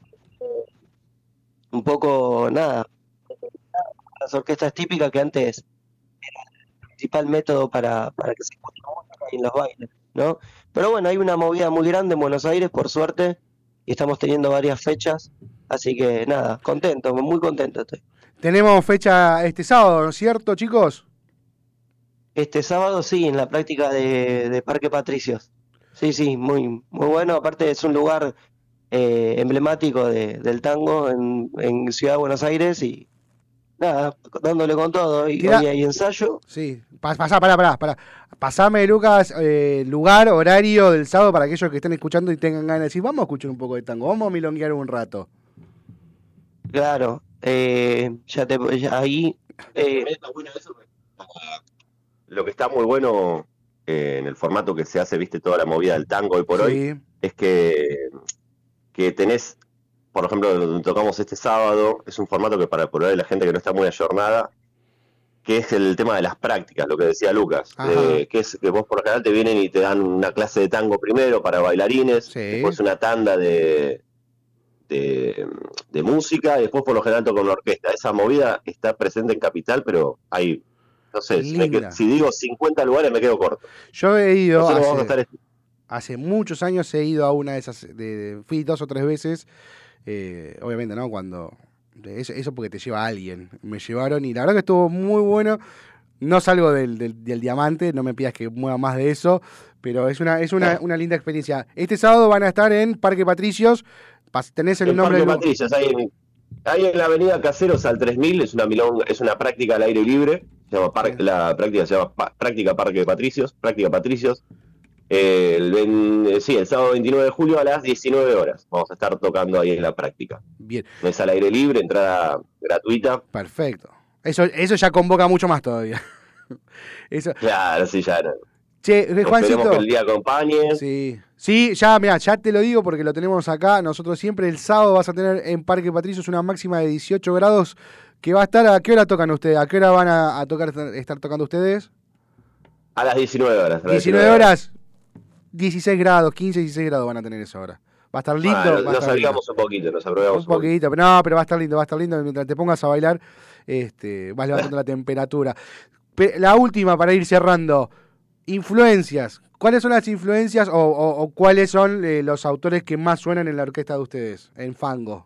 Speaker 7: un poco nada, las orquestas típicas que antes principal método para, para que se escuche música y en los bailes, ¿no? Pero bueno, hay una movida muy grande en Buenos Aires, por suerte, y estamos teniendo varias fechas, así que nada, contento, muy contento estoy.
Speaker 2: Tenemos fecha este sábado, ¿no es cierto, chicos?
Speaker 7: Este sábado sí, en la práctica de, de Parque Patricios. Sí, sí, muy, muy bueno, aparte es un lugar eh, emblemático de, del tango en, en Ciudad de Buenos Aires y nada, dándole con todo, y
Speaker 2: Tira-
Speaker 7: hoy hay ensayo.
Speaker 2: Sí, pas- pasá, pará, pará, pará. Pasame, Lucas, eh, lugar, horario del sábado para aquellos que estén escuchando y tengan ganas de decir, vamos a escuchar un poco de tango, vamos a milonguear un rato.
Speaker 7: Claro, eh, ya te ya ahí eh,
Speaker 6: Lo que está muy bueno eh, en el formato que se hace, viste, toda la movida del tango hoy por hoy,
Speaker 2: Sí,
Speaker 6: es que, que tenés, por ejemplo, donde tocamos este sábado, es un formato que para por ahí la gente que no está muy ayornada, que es el tema de las prácticas, lo que decía Lucas,
Speaker 2: Ajá.
Speaker 6: eh, que es que vos por lo general te vienen y te dan una clase de tango primero para bailarines,
Speaker 2: Sí.
Speaker 6: después una tanda de, de, de música, y después por lo general toca una orquesta. Esa movida está presente en Capital, pero hay, no sé, si, me
Speaker 2: Linda.
Speaker 6: que- si digo cincuenta lugares me quedo corto.
Speaker 2: yo he ido
Speaker 6: Nosotros vamos a
Speaker 2: hace,
Speaker 6: estar
Speaker 2: hace muchos años, he ido a una de esas, de, de- fui dos o tres veces, eh, obviamente, ¿no? Cuando, eso, eso porque te lleva alguien, me llevaron y la verdad que estuvo muy bueno. No salgo del, del, del diamante, no me pidas que mueva más de eso, pero es una es una, una linda experiencia. Este sábado van a estar en Parque Patricios, pas- tenés el
Speaker 6: en
Speaker 2: nombre
Speaker 6: Parque
Speaker 2: del lu-
Speaker 6: Patricios, ahí en, ahí en la avenida Caseros al tres mil, es una milonga, es una práctica al aire libre, se llama par-
Speaker 2: Sí.
Speaker 6: la práctica se llama pa- Práctica Parque Patricios, Práctica Patricios. Eh, el, ven- eh, sí, el sábado veintinueve de julio a las diecinueve horas vamos a estar tocando ahí en la práctica.
Speaker 2: Bien,
Speaker 6: Es al aire libre, entrada gratuita.
Speaker 2: perfecto. Eso, eso ya convoca mucho más todavía. Eso,
Speaker 6: Claro, sí, ya no.
Speaker 2: Che, eh,
Speaker 6: Esperemos
Speaker 2: Juancito.
Speaker 6: que el día acompañe.
Speaker 2: Sí, sí, ya, mira, ya te lo digo porque lo tenemos acá. Nosotros siempre el sábado vas a tener en Parque Patricios una máxima de dieciocho grados que va a estar. ¿A qué hora tocan ustedes? ¿A qué hora van a, a tocar estar tocando ustedes?
Speaker 6: A las diecinueve horas. a las
Speaker 2: diecinueve horas, dieciséis grados, quince, dieciséis grados van a tener eso ahora. Va a estar lindo.
Speaker 6: Ah,
Speaker 2: va a
Speaker 6: nos
Speaker 2: estar
Speaker 6: abrigamos
Speaker 2: lindo.
Speaker 6: un poquito, nos abrigamos
Speaker 2: Un poquito, pero no, pero va a estar lindo, va a estar lindo. Mientras te pongas a bailar, este, vas levantando la temperatura. Pe- La última para ir cerrando. Influencias. ¿Cuáles son las influencias o, o- o cuáles son eh, los autores que más suenan en la orquesta de ustedes, en Fango?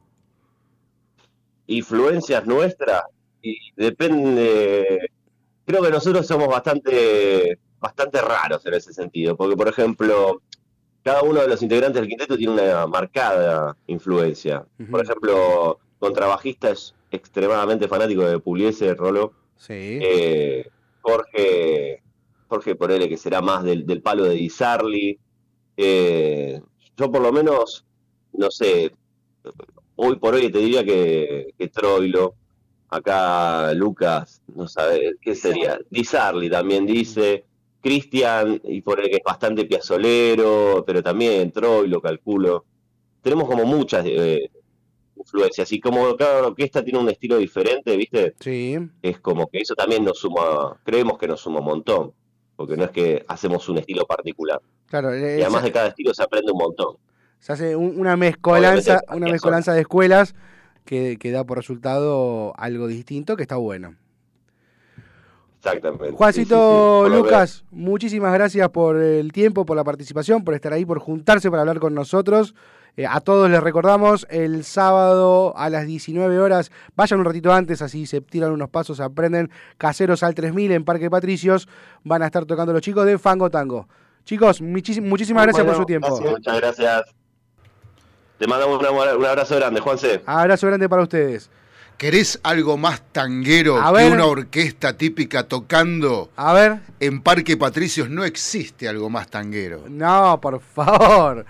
Speaker 6: Influencias nuestras, y depende. Creo que nosotros somos bastante, bastante raros en ese sentido, porque, por ejemplo, cada uno de los integrantes del quinteto tiene una marcada influencia.
Speaker 2: Ujú.
Speaker 6: Por ejemplo, contrabajista es extremadamente fanático de Pugliese, Rolo.
Speaker 2: Sí.
Speaker 6: Eh, Jorge, Jorge ponele que será más del, del palo de Di Sarli. Eh, yo por lo menos, no sé, hoy por hoy te diría que, que Troilo. Acá Lucas, no sabe, ¿qué sería? Di Sarli también dice. Cristian, y por el que es bastante piazolero, pero también Troilo, calculo. Tenemos como muchas eh, influencias, y como cada orquesta tiene un estilo diferente, ¿viste?
Speaker 2: Sí.
Speaker 6: Es como que eso también nos suma, creemos que nos suma un montón, porque no es que hacemos un estilo particular.
Speaker 2: Claro, eh,
Speaker 6: Y además
Speaker 2: se,
Speaker 6: de cada estilo se aprende un montón.
Speaker 2: se hace un- una mezcolanza,
Speaker 6: Obviamente,
Speaker 2: una
Speaker 6: eso.
Speaker 2: mezcolanza de escuelas que, que da por resultado algo distinto que está bueno.
Speaker 6: Exactamente.
Speaker 2: Juancito,
Speaker 6: Sí, sí, sí. Por lo
Speaker 2: Lucas, muchísimas gracias por el tiempo, por la participación, por estar ahí, por juntarse para hablar con nosotros. Eh, a todos les recordamos, el sábado a las diecinueve horas, vayan un ratito antes, así se tiran unos pasos, se aprenden. Caseros al tres mil en Parque Patricios, van a estar tocando los chicos de Fango Tango. Chicos, muchísim- muchísimas gracias
Speaker 7: Bueno,
Speaker 2: por su tiempo.
Speaker 7: gracias.
Speaker 6: Muchas gracias. Te mandamos una- un abrazo grande, Juanse.
Speaker 2: Abrazo grande para ustedes.
Speaker 3: ¿Querés algo más tanguero
Speaker 2: A
Speaker 3: que
Speaker 2: ver.
Speaker 3: una orquesta típica tocando
Speaker 2: A ver,
Speaker 3: en Parque Patricios? No existe algo más tanguero.
Speaker 2: no, por favor.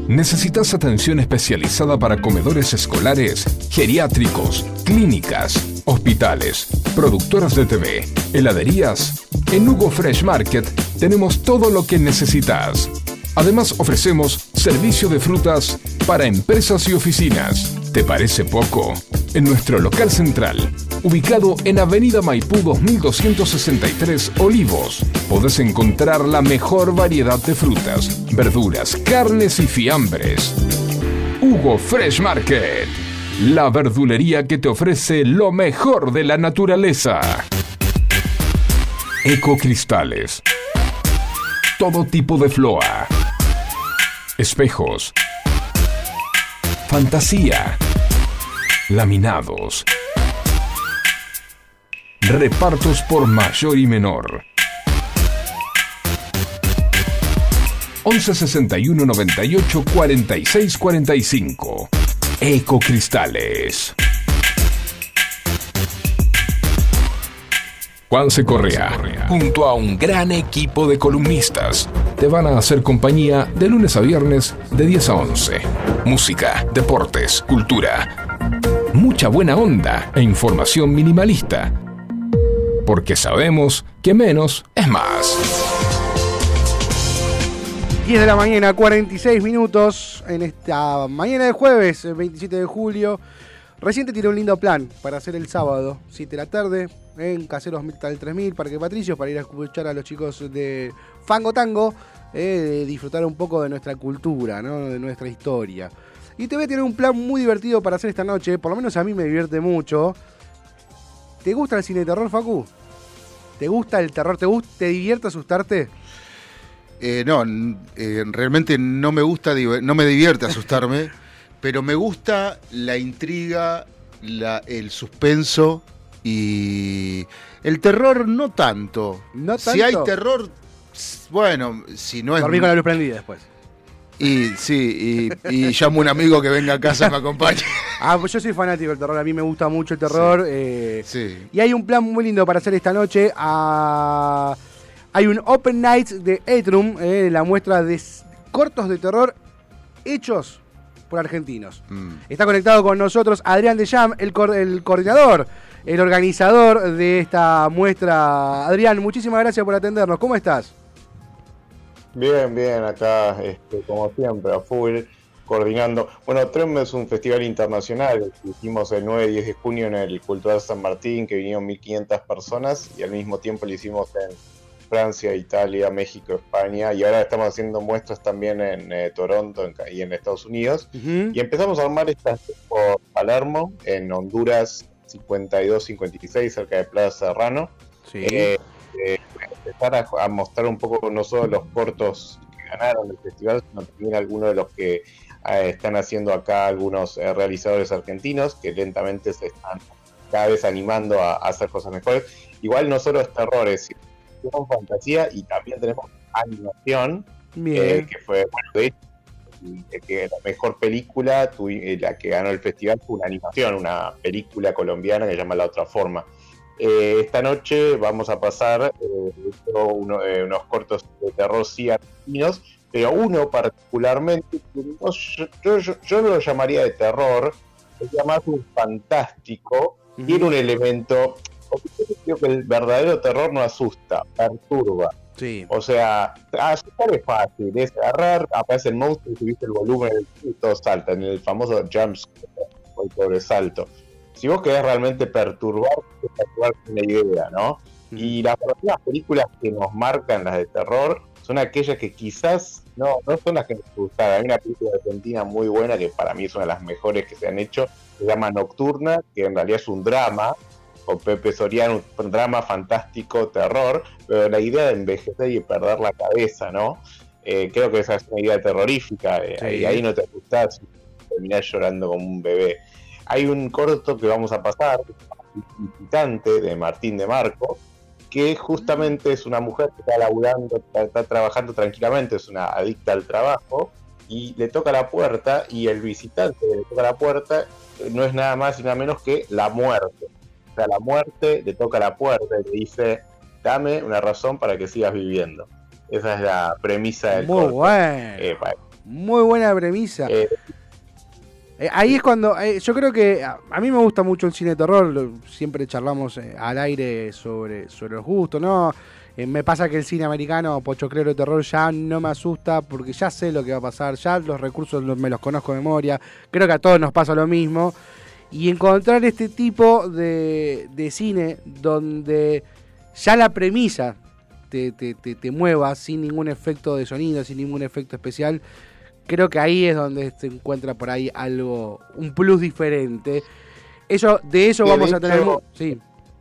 Speaker 1: ¿Necesitas atención especializada para comedores escolares, geriátricos, clínicas, hospitales, productoras de T V, heladerías? En Hugo Fresh Market tenemos todo lo que necesitas. Además ofrecemos servicio de frutas para empresas y oficinas. ¿Te parece poco? En nuestro local central, ubicado en Avenida Maipú dos mil doscientos sesenta y tres Olivos, podés encontrar la mejor variedad de frutas, verduras, carnes y fiambres. Hugo Fresh Market, la verdulería que te ofrece lo mejor de la naturaleza. Ecocristales, todo tipo de floa, espejos, fantasía, laminados, repartos por mayor y menor. once sesenta y uno noventa y ocho cuarenta y seis cuarenta y cinco. Ecocristales. Juanse Correa, junto a un gran equipo de columnistas, te van a hacer compañía de lunes a viernes de diez a once. Música, deportes, cultura, mucha buena onda e información minimalista. Porque sabemos que menos es más.
Speaker 2: diez de la mañana, cuarenta y seis minutos, en esta mañana de jueves, veintisiete de julio. Recién te tiré un lindo plan para hacer el sábado, siete de la tarde, en Caseros Metal tres mil, Parque Patricios, para ir a escuchar a los chicos de Fango Tango, eh, de disfrutar un poco de nuestra cultura, ¿no? De nuestra historia. Y te voy a tirar un plan muy divertido para hacer esta noche, por lo menos a mí me divierte mucho. ¿Te gusta el cine de terror, Facu? ¿Te gusta el terror? ¿Te, gusta, te divierte asustarte?
Speaker 3: Eh, no, eh, realmente no me gusta, no me divierte asustarme, pero me gusta la intriga, la, el suspenso y el terror no tanto.
Speaker 2: ¿No tanto?
Speaker 3: Si hay terror, bueno, si no es...
Speaker 2: Dormí con la luz prendida después.
Speaker 3: Y sí, y, y llamo a un amigo que venga a casa y me acompañe.
Speaker 2: Ah, pues yo soy fanático del terror, a mí me gusta mucho el terror.
Speaker 3: Sí,
Speaker 2: eh,
Speaker 3: sí.
Speaker 2: Y hay un plan muy lindo para hacer esta noche. Ah, hay un Open Night de Atrium, eh, la muestra de cortos de terror hechos por argentinos. Mm. Está conectado con nosotros Adrián de Jam, el, co- el coordinador, el organizador de esta muestra. Adrián, muchísimas gracias por atendernos. ¿Cómo estás?
Speaker 8: Bien, bien, acá, este, como siempre, a full, coordinando. Bueno, Atrium es un festival internacional que hicimos el nueve y diez de junio en el Cultural San Martín, que vinieron mil quinientas personas, y al mismo tiempo lo hicimos en Francia, Italia, México, España, y ahora estamos haciendo muestras también en eh, Toronto en, y en Estados Unidos. Uh-huh. Y empezamos a armar estas por Palermo, en Honduras cincuenta y dos cincuenta y seis, cerca de Plaza Serrano. Sí. Eh, eh, empezar a, a mostrar un poco no solo los cortos que ganaron el festival, sino también algunos de los que eh, están haciendo acá algunos eh, realizadores argentinos que lentamente se están cada vez animando a, a hacer cosas mejores. Igual no solo es terror, es con fantasía, y también tenemos animación, eh, que fue, bueno, de hecho, que la mejor película, tu, eh, la que ganó el festival, fue una animación, una película colombiana que se llama La Otra Forma. Eh, esta noche vamos a pasar eh, uno, eh, unos cortos de terror sí argentinos, pero uno particularmente, no, yo, yo, yo no lo llamaría de terror, es más un fantástico, uh-huh. Tiene un elemento... Yo creo que el verdadero terror no asusta, perturba. Sí. O sea, asustar es fácil, es agarrar, aparece el monstruo y subiste el volumen y todo salta, en el famoso jump scare, o el sobresalto. Si vos querés realmente perturbar, perturbar con una idea, ¿no? Mm. Y las primeras películas que nos marcan, las de terror, son aquellas que quizás no, no son las que nos gustaron. Hay una película argentina muy buena que para mí es una de las mejores que se han hecho, se llama Nocturna, que en realidad es un drama, con Pepe Soriano, un drama fantástico, terror, pero la idea de envejecer y perder la cabeza, ¿no? Eh, creo que esa es una idea terrorífica, eh, sí. y ahí no te asustás, terminás llorando como un bebé. Hay un corto que vamos a pasar, Visitante, de Martín de Marco, que justamente es una mujer que está laburando, está, está trabajando tranquilamente, es una adicta al trabajo, y le toca la puerta, y el visitante que le toca la puerta no es nada más y nada menos que la muerte. O sea, la muerte le toca la puerta y le dice, dame una razón para que sigas viviendo. Esa es la premisa del
Speaker 2: Muy
Speaker 8: corto.
Speaker 2: Bueno.
Speaker 8: Eh, para,
Speaker 2: Muy buena premisa.
Speaker 8: Eh,
Speaker 2: Eh, ahí es cuando, eh, yo creo que a, a mí me gusta mucho el cine de terror, lo- siempre charlamos eh, al aire sobre, sobre los gustos, ¿no? Eh, me pasa que el cine americano, pochoclero de terror, ya no me asusta porque ya sé lo que va a pasar, ya los recursos los- me los conozco de memoria, creo que a todos nos pasa lo mismo. Y encontrar este tipo de, de cine donde ya la premisa te, te, te, te mueva sin ningún efecto de sonido, sin ningún efecto especial, creo que ahí es donde se encuentra por ahí algo, un plus diferente. Eso, de eso
Speaker 8: Que
Speaker 2: vamos
Speaker 8: de
Speaker 2: a tener...
Speaker 8: hecho-
Speaker 2: mu- Sí,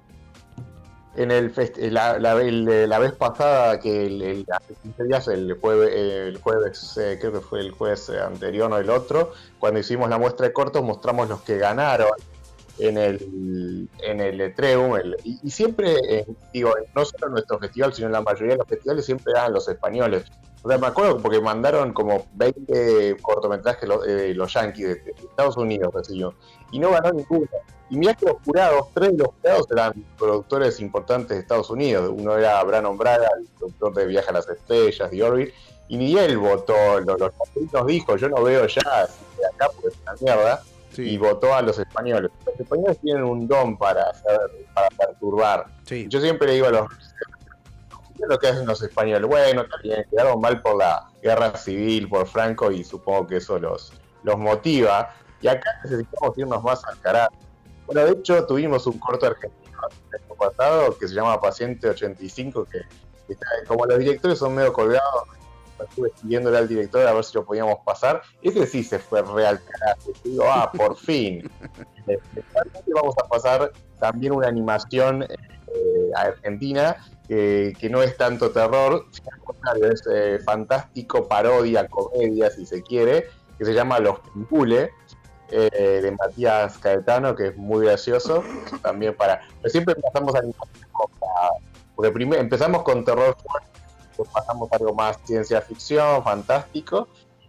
Speaker 8: En el fest- la, la, el- la vez pasada, que el, el- hace quince días, el jueves, el jueves eh, creo que fue el jueves eh, anterior, no el otro, cuando hicimos la muestra de cortos, mostramos los que ganaron en el en el Etreum, el- y, y siempre, eh, digo, no solo en nuestro festival, sino en la mayoría de los festivales siempre ganan los españoles. O sea, me acuerdo porque mandaron como veinte cortometrajes los, eh, los yankees de, de Estados Unidos, así yo, y no ganó ninguno. Y mirá que los jurados, tres de los jurados eran productores importantes de Estados Unidos. Uno era Brannon Braga, el productor de Viaje a las Estrellas, The Orbit, y ni él votó. Los, los nos dijo, yo no veo ya, así que acá pues es una mierda,
Speaker 2: sí,
Speaker 8: y votó a los españoles. Los españoles tienen un don para hacer, para perturbar.
Speaker 2: sí.
Speaker 8: Yo siempre le digo a los ¿qué es lo que hacen los españoles? Bueno, también quedaron mal por la guerra civil, por Franco, y supongo que eso los, los motiva. Y acá necesitamos irnos más al carajo. Bueno, de hecho, tuvimos un corto argentino el año pasado que se llama Paciente ochenta y cinco, que, que está- como los directores son medio colgados, estuve siguiéndole al director a ver si lo podíamos pasar. Ese sí se fue real carajo. Y digo, ah, por fin. Eh, Finalmente vamos a pasar también una animación eh, argentina que, que no es tanto terror, sino al contrario, es eh, fantástico, parodia, comedia, si se quiere, que se llama Los Pimpule, eh, de Matías Caetano, que es muy gracioso también para... Pero siempre empezamos a animar porque primero empezamos con terror fuerte, después pasamos a algo más ciencia ficción, fantástico,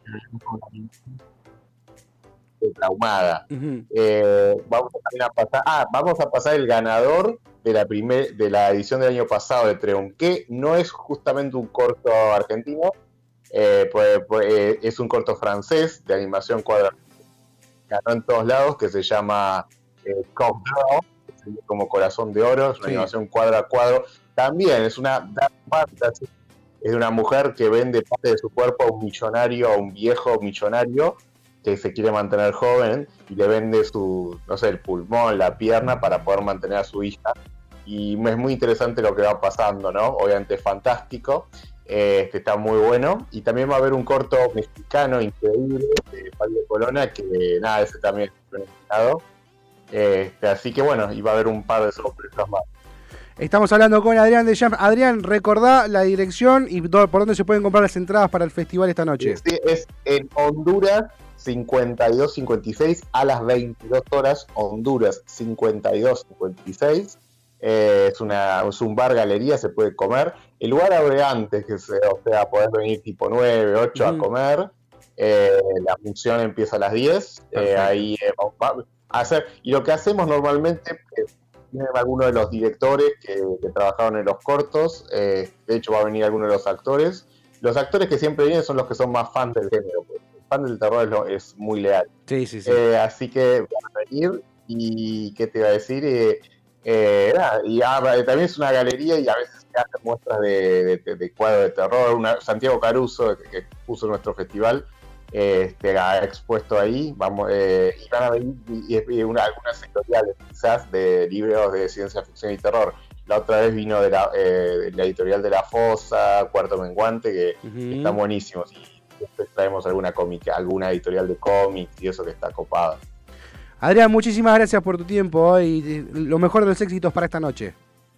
Speaker 8: de traumada.
Speaker 2: Ujú.
Speaker 8: Eh, vamos a también a pasar, ah, vamos a pasar el ganador de la primer, de la edición del año pasado de Treum, que no es justamente un corto argentino, eh, pues, pues, eh, es un corto francés de animación cuadrada, ganó en todos lados, que se llama eh, Cop Draw, como Corazón de Oro, es una
Speaker 2: Sí.
Speaker 8: animación cuadro a cuadro. También es una dark fantasy, es de una mujer que vende parte de su cuerpo a un millonario, a un viejo millonario que se quiere mantener joven y le vende su, no sé, el pulmón, la pierna para poder mantener a su hija. Y es muy interesante lo que va pasando, ¿no? Obviamente es fantástico, eh, este está muy bueno. Y también va a haber un corto mexicano increíble de Pablo Colona, que nada, ese también es nominado. Este, así que bueno, y va a haber un par de sorpresas más.
Speaker 2: Estamos hablando con Adrián de Jam. Adrián, recordá la dirección y do- por dónde se pueden comprar las entradas para el festival esta noche.
Speaker 8: Sí, es en Honduras cincuenta y dos cincuenta y seis a las veintidós horas, Honduras cincuenta y dos cincuenta y seis. Eh, es, una, es un bar galería, se puede comer. El lugar abre antes, que se, o sea, podés venir tipo nueve, ocho
Speaker 2: Ujú.
Speaker 8: a comer. Eh, la función empieza a las diez. Eh,
Speaker 2: Perfecto.
Speaker 8: ahí eh, vamos a hacer. Y lo que hacemos normalmente, eh, vienen algunos de los directores que, que trabajaron en los cortos. Eh, de hecho, va a venir alguno de los actores. Los actores que siempre vienen son los que son más fans del género. Pues. El fan del terror es, lo- es muy leal.
Speaker 2: Sí, sí, sí.
Speaker 8: Eh, así que van a venir. Y qué te iba a decir, eh, eh, nada, y ah, también es una galería y a veces se hacen muestras de, de, de cuadros de terror. Una, Santiago Caruso, que, que puso nuestro festival, eh, este, ha expuesto ahí. Vamos, eh, y van a venir y, y una, algunas editoriales quizás de libros de ciencia ficción y terror. La otra vez vino de la, eh, de la editorial de La Fosa, Cuarto Menguante, que
Speaker 2: Ujú.
Speaker 8: están buenísimos. Y después traemos alguna cómica, alguna editorial de cómics y eso que está copado.
Speaker 2: Adrián, muchísimas gracias por tu tiempo y eh, lo mejor de los éxitos para esta noche.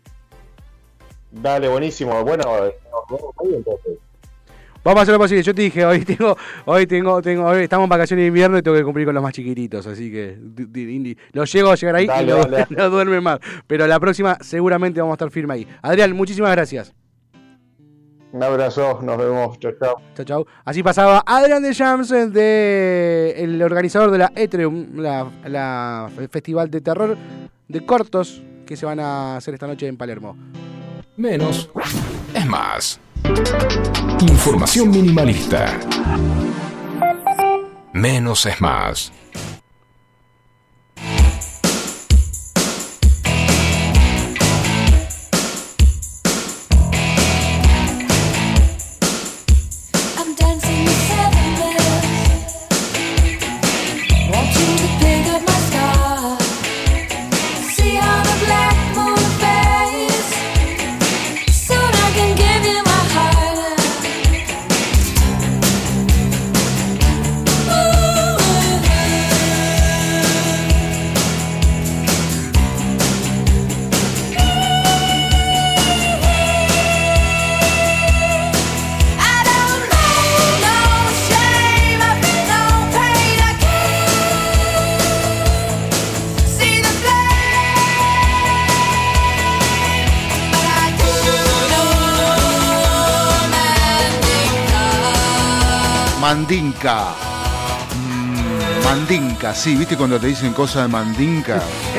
Speaker 8: Dale, buenísimo. Bueno, nos vemos ahí entonces.
Speaker 2: Vamos a hacer lo posible. Yo te dije, hoy tengo, hoy tengo, tengo, hoy estamos en vacaciones de invierno y tengo que cumplir con los más chiquititos, así que di- di- di- lo llego a llegar ahí
Speaker 8: Dale,
Speaker 2: y no,
Speaker 8: dale.
Speaker 2: no duerme más. Pero la próxima seguramente vamos a estar firme ahí. Adrián, muchísimas gracias.
Speaker 8: Un abrazo, nos vemos. Chao, chao.
Speaker 2: Chau, chau. Así pasaba Adrián de Jams, de el organizador de la Etreum, la, la el festival de terror de cortos que se van a hacer esta noche en Palermo.
Speaker 1: Menos es más. Información minimalista. Menos es más.
Speaker 3: Mandinka. Mm, Mandinka, sí, ¿viste cuando te dicen cosas de Mandinka?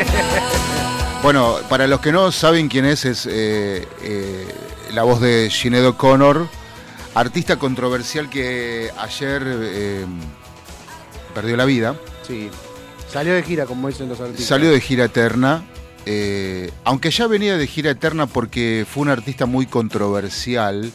Speaker 3: Bueno, para los que no saben quién es, es eh, eh, la voz de Sinéad O'Connor, artista controversial que ayer eh, perdió la vida.
Speaker 2: Sí, salió de gira, como dicen los artistas.
Speaker 3: Salió de gira eterna, eh, aunque ya venía de gira eterna porque fue un artista muy controversial.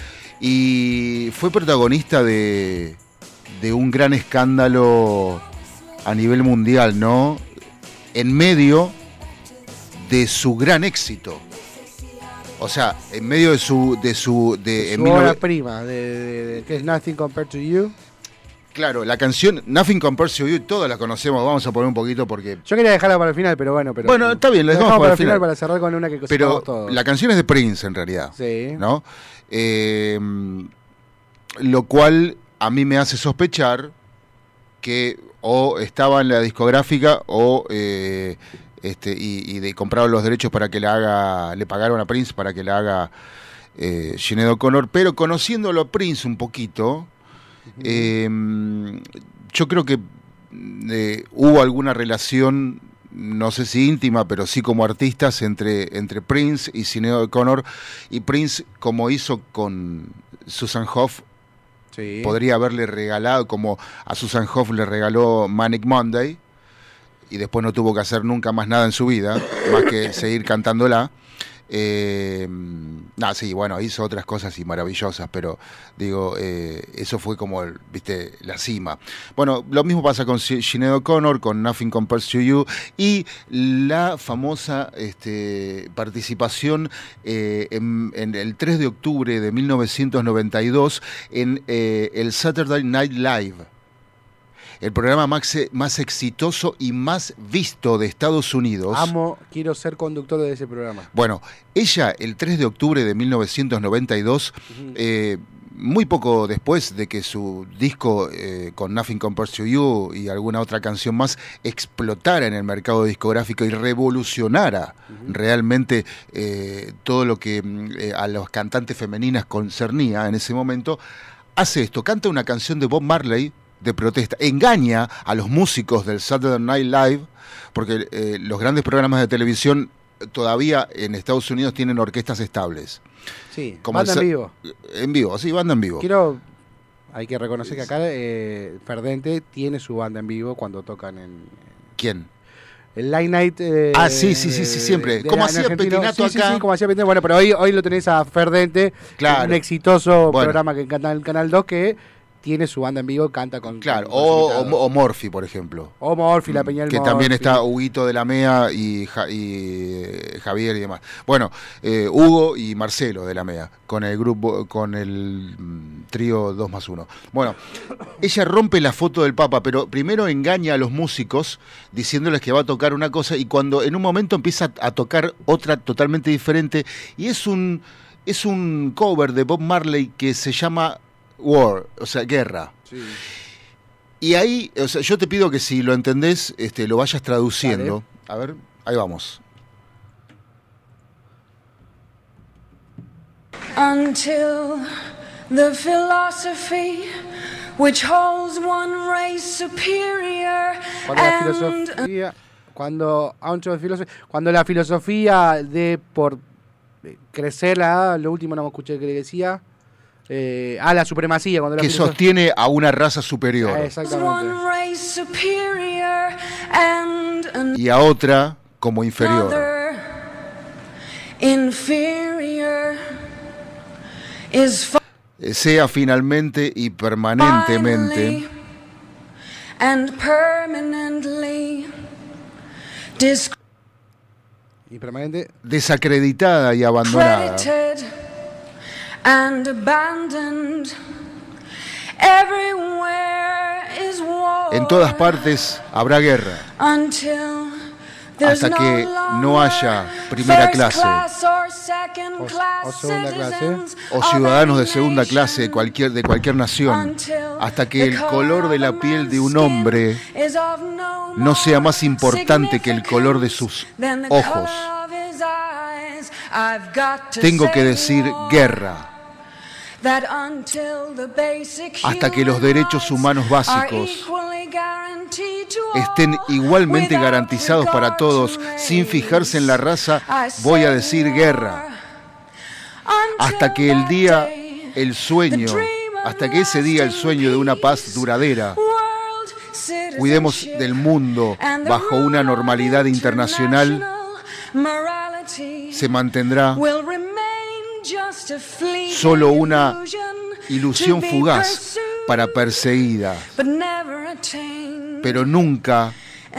Speaker 3: Y fue protagonista de, de un gran escándalo a nivel mundial, ¿no? En medio de su gran éxito. O sea, en medio de su... De su, de,
Speaker 2: su
Speaker 3: en
Speaker 2: obra
Speaker 3: mil...
Speaker 2: prima, de, de, de, que es Nothing Compared to You.
Speaker 3: Claro, la canción Nothing Compares to You, todos la conocemos, vamos a poner un poquito porque...
Speaker 2: Yo quería dejarla para el final, pero bueno. Pero
Speaker 3: bueno, está bien, la dejamos,
Speaker 2: dejamos
Speaker 3: para
Speaker 2: el final, final para cerrar con una que
Speaker 3: pero
Speaker 2: todos.
Speaker 3: La canción es de Prince, en realidad.
Speaker 2: Sí.
Speaker 3: ¿No? Eh, lo cual a mí me hace sospechar que o estaba en la discográfica o eh, este y, y de compraron los derechos para que la haga, le pagaron a Prince para que la haga eh, Sinéad O'Connor, pero conociéndolo a Prince un poquito, uh-huh. eh, yo creo que eh, hubo alguna relación, no sé si íntima, pero sí como artistas entre, entre Prince y Sinéad O'Connor, y Prince, como hizo con Susan Hoff, sí. podría haberle regalado, como a Susan Hoff le regaló Manic Monday, y después no tuvo que hacer nunca más nada en su vida, más que seguir cantándola. Eh, nah, sí, bueno, hizo otras cosas y maravillosas, pero digo, eh, eso fue como, el, viste, la cima. Bueno, lo mismo pasa con Sinéad O'Connor, con Nothing Compares to You, y la famosa este, participación eh, en, en el tres de octubre de mil novecientos noventa y dos en eh, el Saturday Night Live, el programa más, más exitoso y más visto de Estados Unidos.
Speaker 2: Amo, quiero ser conductor de ese programa.
Speaker 3: Bueno, ella el tres de octubre de mil novecientos noventa y dos, uh-huh. eh, muy poco después de que su disco eh, con Nothing Compares to You y alguna otra canción más explotara en el mercado discográfico y revolucionara uh-huh. realmente eh, todo lo que eh, a las cantantes femeninas concernía en ese momento, hace esto, canta una canción de Bob Marley de protesta, engaña a los músicos del Saturday Night Live, porque eh, los grandes programas de televisión todavía en Estados Unidos tienen orquestas estables.
Speaker 2: Sí,
Speaker 3: como
Speaker 2: banda
Speaker 3: el,
Speaker 2: en vivo.
Speaker 3: En vivo, sí, banda en vivo.
Speaker 2: Quiero, hay que reconocer que acá eh, Ferdente tiene su banda en vivo cuando tocan en...
Speaker 3: ¿Quién?
Speaker 2: El Light Night. Eh,
Speaker 3: ah, sí, sí, sí, sí, siempre. Como hacía Petinato
Speaker 2: sí,
Speaker 3: acá.
Speaker 2: Sí, sí, como hacía Petinato. Bueno, pero hoy, hoy lo tenés a Ferdente,
Speaker 3: claro.
Speaker 2: un exitoso
Speaker 3: bueno.
Speaker 2: programa que encanta en el Canal dos que tiene su banda en vivo, canta con...
Speaker 3: Claro,
Speaker 2: con
Speaker 3: o, o, o Morphy, por ejemplo.
Speaker 2: O Morphy, la Peña del
Speaker 3: Que
Speaker 2: Morphy.
Speaker 3: también está Huguito de la Mea y, ja, y eh, Javier y demás. Bueno, eh, Hugo y Marcelo de la Mea, con el grupo, con el mm, trío dos más uno. Bueno, ella rompe la foto del Papa, pero primero engaña a los músicos diciéndoles que va a tocar una cosa y cuando en un momento empieza a tocar otra totalmente diferente y es un, es un cover de Bob Marley que se llama... War, o sea, guerra. Sí. Y ahí, o sea, yo te pido que si lo entendés, este, lo vayas traduciendo. Dale. A ver, ahí vamos.
Speaker 9: Until the philosophy which holds one race superior.
Speaker 2: Cuando la filosofía, cuando, cuando la filosofía de por crecer, la, lo último no me escuché que le decía. Eh, a la supremacía. Cuando la
Speaker 3: que
Speaker 2: filosofía-
Speaker 3: sostiene a una raza superior.
Speaker 2: Ah, exactamente.
Speaker 9: One race superior and
Speaker 3: Y a otra como inferior.
Speaker 9: another inferior is fi-
Speaker 3: Eh, Sea finalmente y permanentemente
Speaker 9: finally and permanently discredited
Speaker 2: Y permanente.
Speaker 3: desacreditada y abandonada.
Speaker 9: and abandoned. Everywhere is war
Speaker 3: En todas partes habrá guerra.
Speaker 9: until there's
Speaker 3: Hasta que
Speaker 9: no
Speaker 3: no haya primera
Speaker 9: first
Speaker 3: clase
Speaker 9: class or second
Speaker 2: O-
Speaker 9: class
Speaker 2: o segunda clase.
Speaker 9: citizens
Speaker 3: o
Speaker 9: of
Speaker 3: ciudadanos de
Speaker 9: any
Speaker 3: segunda
Speaker 9: nation
Speaker 3: clase de cualquier, de cualquier nación,
Speaker 9: until
Speaker 3: hasta que
Speaker 9: the
Speaker 3: el color de la
Speaker 9: color
Speaker 3: piel
Speaker 9: of
Speaker 3: de un
Speaker 9: man's
Speaker 3: hombre
Speaker 9: skin is of no
Speaker 3: no sea más
Speaker 9: more
Speaker 3: importante que el color de sus
Speaker 9: significance than the
Speaker 3: ojos.
Speaker 9: color of his eyes. I've got to
Speaker 3: Tengo que
Speaker 9: say
Speaker 3: decir
Speaker 9: war,
Speaker 3: guerra
Speaker 9: that until the basic
Speaker 3: hasta que los
Speaker 9: human
Speaker 3: derechos
Speaker 9: rights
Speaker 3: humanos básicos
Speaker 9: are equally guaranteed to all,
Speaker 3: estén igualmente
Speaker 9: without
Speaker 3: garantizados para
Speaker 9: regard
Speaker 3: todos,
Speaker 9: to
Speaker 3: sin
Speaker 9: race.
Speaker 3: fijarse en la raza.
Speaker 9: I
Speaker 3: Voy a
Speaker 9: say
Speaker 3: decir
Speaker 9: war,
Speaker 3: guerra hasta que el día, el sueño, hasta que ese día, el sueño de una paz duradera, cuidemos del mundo bajo una normalidad internacional, se mantendrá solo una ilusión fugaz para perseguidas, pero nunca,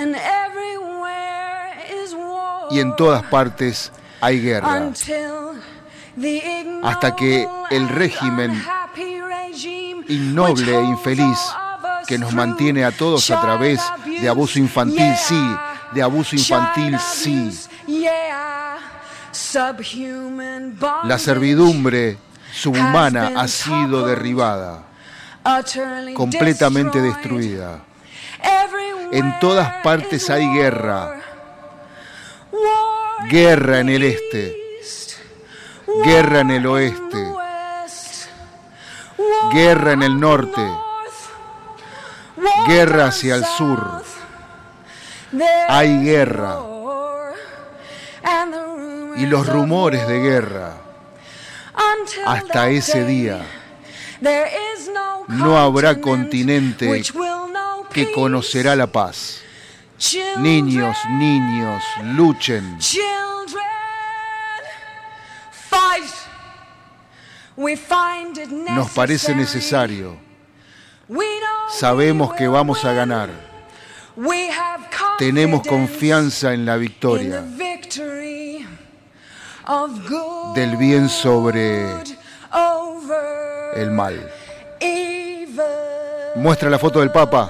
Speaker 3: y en todas partes hay guerra, hasta que el régimen innoble e infeliz que nos mantiene a todos a través de abuso infantil, sí, de abuso infantil, sí. La servidumbre subhumana ha sido derribada, completamente destruida. En todas partes hay guerra. Guerra en el este, guerra en el oeste, guerra en el norte, guerra hacia el sur. Hay guerra y los rumores de guerra. Hasta ese día no habrá continente que conocerá la paz. Niños, niños, luchen. Nos parece necesario. Sabemos que vamos a ganar. Tenemos confianza en la victoria del bien sobre el mal. Muestra la foto del Papa.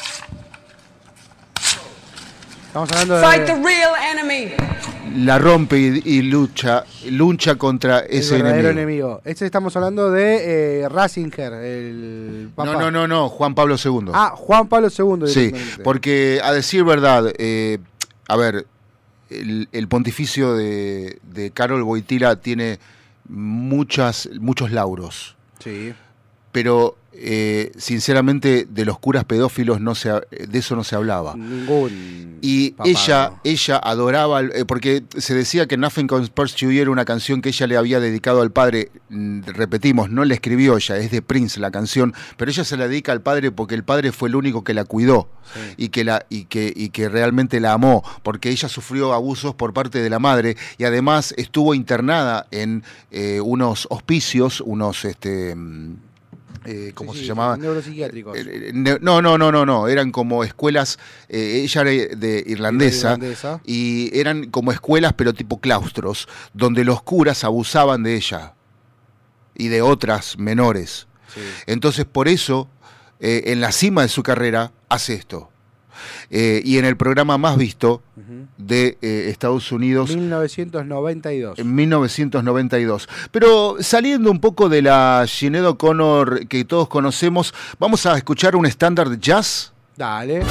Speaker 2: Estamos hablando
Speaker 9: Fight the
Speaker 2: de
Speaker 9: real enemy.
Speaker 3: La rompe y, y lucha, lucha contra
Speaker 2: el
Speaker 3: ese
Speaker 2: verdadero
Speaker 3: enemigo.
Speaker 2: enemigo. Este estamos hablando de eh, Ratzinger, el Papa.
Speaker 3: No, no, no, no, Juan Pablo segundo.
Speaker 2: Ah, Juan Pablo segundo.
Speaker 3: Sí,
Speaker 2: directamente.
Speaker 3: porque a decir verdad, eh, a ver, el, el pontificio de, de Karol Wojtyła tiene muchas, muchos lauros,
Speaker 2: Sí.
Speaker 3: pero eh, sinceramente de los curas pedófilos no se, ha- de eso no se hablaba.
Speaker 2: Ningún.
Speaker 3: Y
Speaker 2: papado.
Speaker 3: ella, ella adoraba, eh, porque se decía que Nothing Compares to You era una canción que ella le había dedicado al padre. Mm, repetimos, no la escribió ella, es de Prince la canción, pero ella se la dedica al padre porque el padre fue el único que la cuidó.
Speaker 2: Sí.
Speaker 3: Y que la y que y que realmente la amó, porque ella sufrió abusos por parte de la madre y además estuvo internada en eh, unos hospicios, unos este mm, eh, ¿cómo
Speaker 2: Sí,
Speaker 3: se
Speaker 2: sí,
Speaker 3: llamaba?
Speaker 2: Neuropsiquiátricos.
Speaker 3: Eh, ne- No, no, no, no, no, eran como escuelas, eh, ella era de irlandesa,
Speaker 2: Irlandesa.
Speaker 3: y eran como escuelas pero tipo claustros, donde los curas abusaban de ella y de otras menores.
Speaker 2: Sí.
Speaker 3: Entonces por eso, eh, en la cima de su carrera, hace esto. Eh, y en el programa más visto
Speaker 2: Ujú.
Speaker 3: de eh, Estados Unidos
Speaker 2: mil novecientos noventa y dos.
Speaker 3: en mil novecientos noventa y dos. Pero saliendo un poco de la Sinéad O'Connor que todos conocemos, vamos a escuchar un estándar de jazz.
Speaker 2: Dale.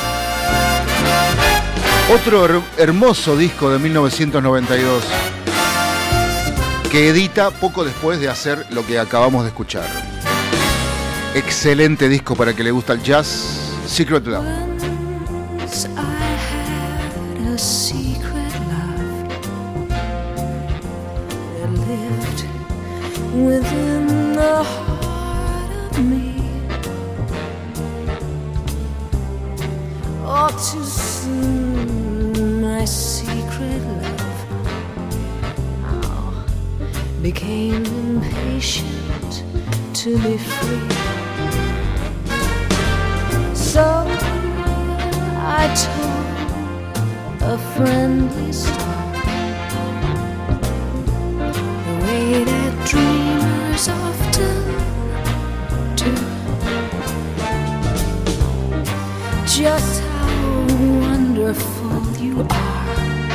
Speaker 3: Otro her- hermoso disco de mil novecientos noventa y dos que edita poco después de hacer lo que acabamos de escuchar. Excelente disco para que le gusta el jazz. Secret Love.
Speaker 9: Once I had a secret love that lived within the heart of me. All too soon, my secret love oh, became impatient to be free. So I told a friendly story, the way that dreamers often do. Just how wonderful you are,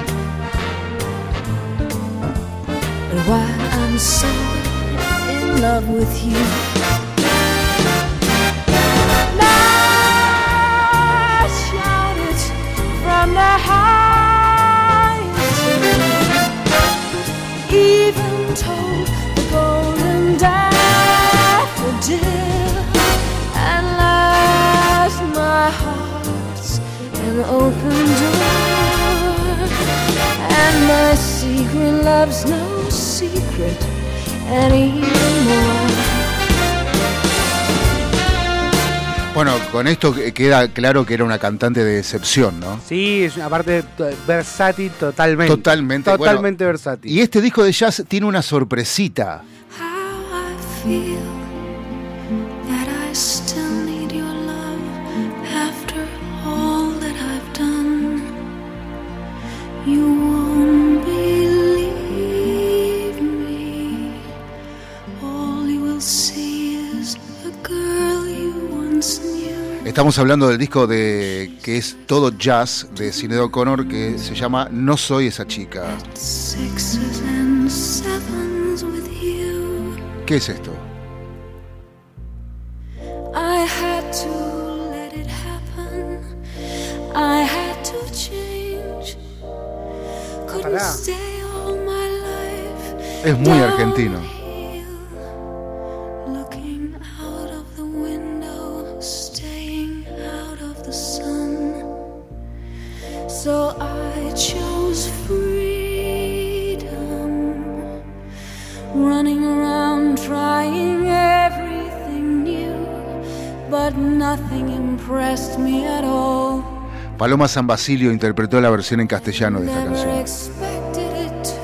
Speaker 9: and why I'm so in love with you. Now shout it from the highest tree, even told the golden daffodil, and last my heart's an open door, and my secret love's no secret anymore.
Speaker 3: Bueno, con esto queda claro que era una cantante de excepción, ¿no?
Speaker 2: Sí, es aparte t- versátil totalmente.
Speaker 3: Totalmente.
Speaker 2: Totalmente
Speaker 3: Bueno,
Speaker 2: versátil.
Speaker 3: y este disco de jazz tiene una sorpresita.
Speaker 9: How I feel that I still need your love after all that I've done. You won't believe me. All you will see is the girl you once knew.
Speaker 3: Estamos hablando del disco de que es todo jazz de Sinéad O'Connor, que se llama No soy esa chica.
Speaker 9: Sixes and sevens with you.
Speaker 3: ¿Qué es esto?
Speaker 9: I had to let it happen. I had to change. Couldn't
Speaker 2: Ojalá.
Speaker 9: stay all my life.
Speaker 3: Es muy
Speaker 9: down
Speaker 3: argentino.
Speaker 9: here, looking out of the window, staying out of the sun. So I chose freedom, running around trying everything new, but nothing impressed me at all.
Speaker 3: Paloma San Basilio interpretó la versión en castellano de esta
Speaker 9: Never
Speaker 3: canción.
Speaker 9: expected it to.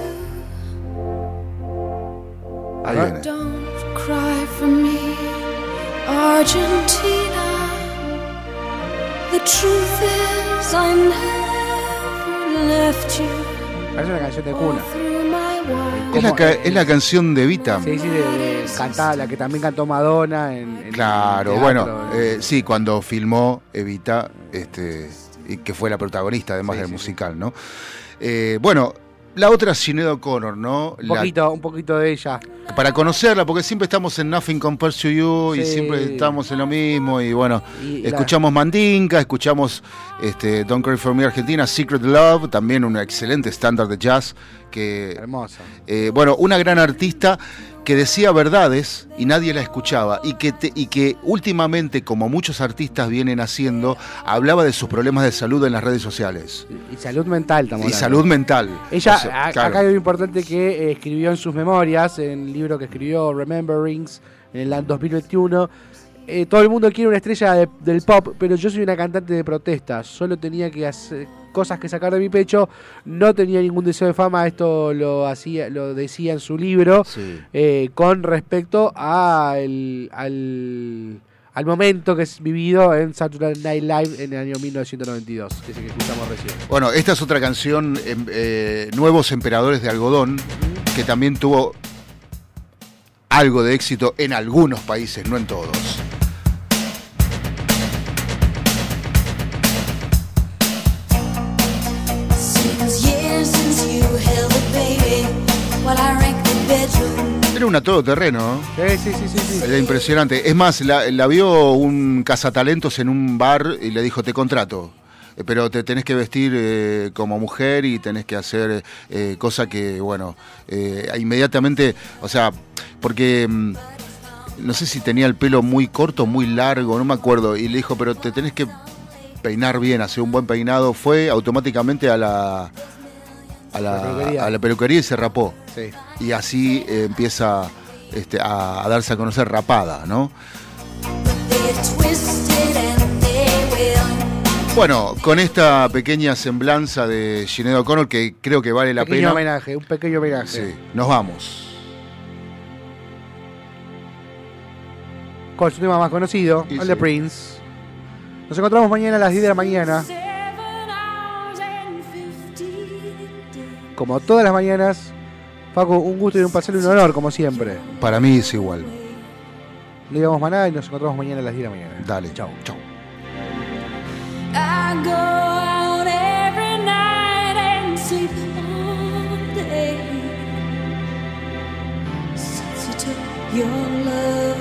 Speaker 3: Ahí viene.
Speaker 9: Don't cry for me, Argentina. The truth is I never left you.
Speaker 2: Parece una canción de
Speaker 9: All
Speaker 2: cuna.
Speaker 9: through my wild
Speaker 3: Es la, ca- es la canción de Evita.
Speaker 2: Sí, sí, de, de cantada, la que también cantó Madonna en, en
Speaker 3: Claro,
Speaker 2: en
Speaker 3: bueno,
Speaker 2: teatro,
Speaker 3: eh, sí, cuando filmó Evita, este, y que fue la protagonista además
Speaker 2: Sí,
Speaker 3: del
Speaker 2: sí,
Speaker 3: musical, ¿no? Eh, bueno, la otra Sinéad O'Connor, ¿no?
Speaker 2: un
Speaker 3: La-
Speaker 2: poquito, un poquito de ella.
Speaker 3: para conocerla, porque siempre estamos en Nothing Compares to You y
Speaker 2: Sí.
Speaker 3: siempre estamos en lo mismo y bueno,
Speaker 2: Y la-
Speaker 3: escuchamos Mandinka, escuchamos este, Don't Cry For Me Argentina, Secret Love, también un excelente estándar de jazz que,
Speaker 2: Hermosa.
Speaker 3: eh, bueno, una gran artista que decía verdades y nadie la escuchaba y que, te- y que últimamente, como muchos artistas vienen haciendo, hablaba de sus problemas de salud en las redes sociales
Speaker 2: Y salud mental
Speaker 3: y
Speaker 2: estamos hablando.
Speaker 3: salud mental.
Speaker 2: Ella,
Speaker 3: O sea,
Speaker 2: a-
Speaker 3: claro.
Speaker 2: acá hay algo importante que eh, escribió en sus memorias, en el libro que escribió Rememberings en el año dos mil veintiuno. Eh, todo el mundo quiere una estrella de- del pop, pero yo soy una cantante de protesta. Solo tenía que hacer cosas que sacar de mi pecho. No tenía ningún deseo de fama. Esto lo hacía, lo decía en su libro.
Speaker 3: Sí.
Speaker 2: eh, con respecto a el- al, al momento que es vivido en Saturday Night Live en el año mil novecientos noventa y dos, que es el que escuchamos recién.
Speaker 3: Bueno, esta es otra canción, em, eh, Nuevos Emperadores de Algodón, que también tuvo algo de éxito en algunos países, no en todos.
Speaker 9: Seems years since you held a baby while I ranked the bedroom.
Speaker 3: Era una todoterreno, ¿no?
Speaker 2: Sí, sí, sí, sí, sí.
Speaker 3: Era impresionante. Es más, la, la vio un cazatalentos en un bar y le dijo, te contrato. Eh, Pero te tenés que vestir eh, como mujer y tenés que hacer eh, cosa que, bueno, eh, inmediatamente, o sea, porque mm, no sé si tenía el pelo muy corto, muy largo, no me acuerdo, y le dijo, pero te tenés que peinar bien, hacer un buen peinado. Fue automáticamente a la, a
Speaker 2: La
Speaker 3: la,
Speaker 2: peluquería.
Speaker 3: a la peluquería y se rapó.
Speaker 2: Sí.
Speaker 3: Y así eh, empieza este, a, a darse a conocer rapada, ¿no? Bueno, con esta pequeña semblanza de Sinéad O'Connor que creo que vale la
Speaker 2: pequeño
Speaker 3: pena.
Speaker 2: homenaje, un pequeño homenaje.
Speaker 3: Sí, nos vamos.
Speaker 2: Con su tema más conocido,
Speaker 3: Sí,
Speaker 2: el
Speaker 3: sí.
Speaker 2: de Prince. Nos encontramos mañana a las diez de la mañana. Como todas las mañanas, Paco, un gusto y un placer y un honor, como siempre.
Speaker 3: Para mí es igual.
Speaker 2: Le digamos maná y nos encontramos mañana a las diez de la mañana.
Speaker 3: Dale.
Speaker 2: Chau.
Speaker 3: Chau.
Speaker 9: I go out every night and sleep all day since you took your love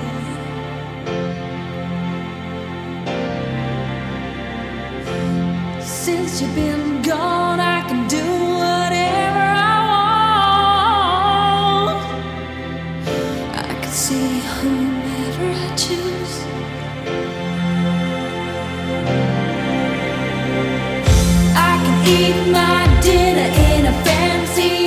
Speaker 9: away. Since you've been gone, I can do whatever I want. I can see whomever I choose. Eat my dinner in a fancy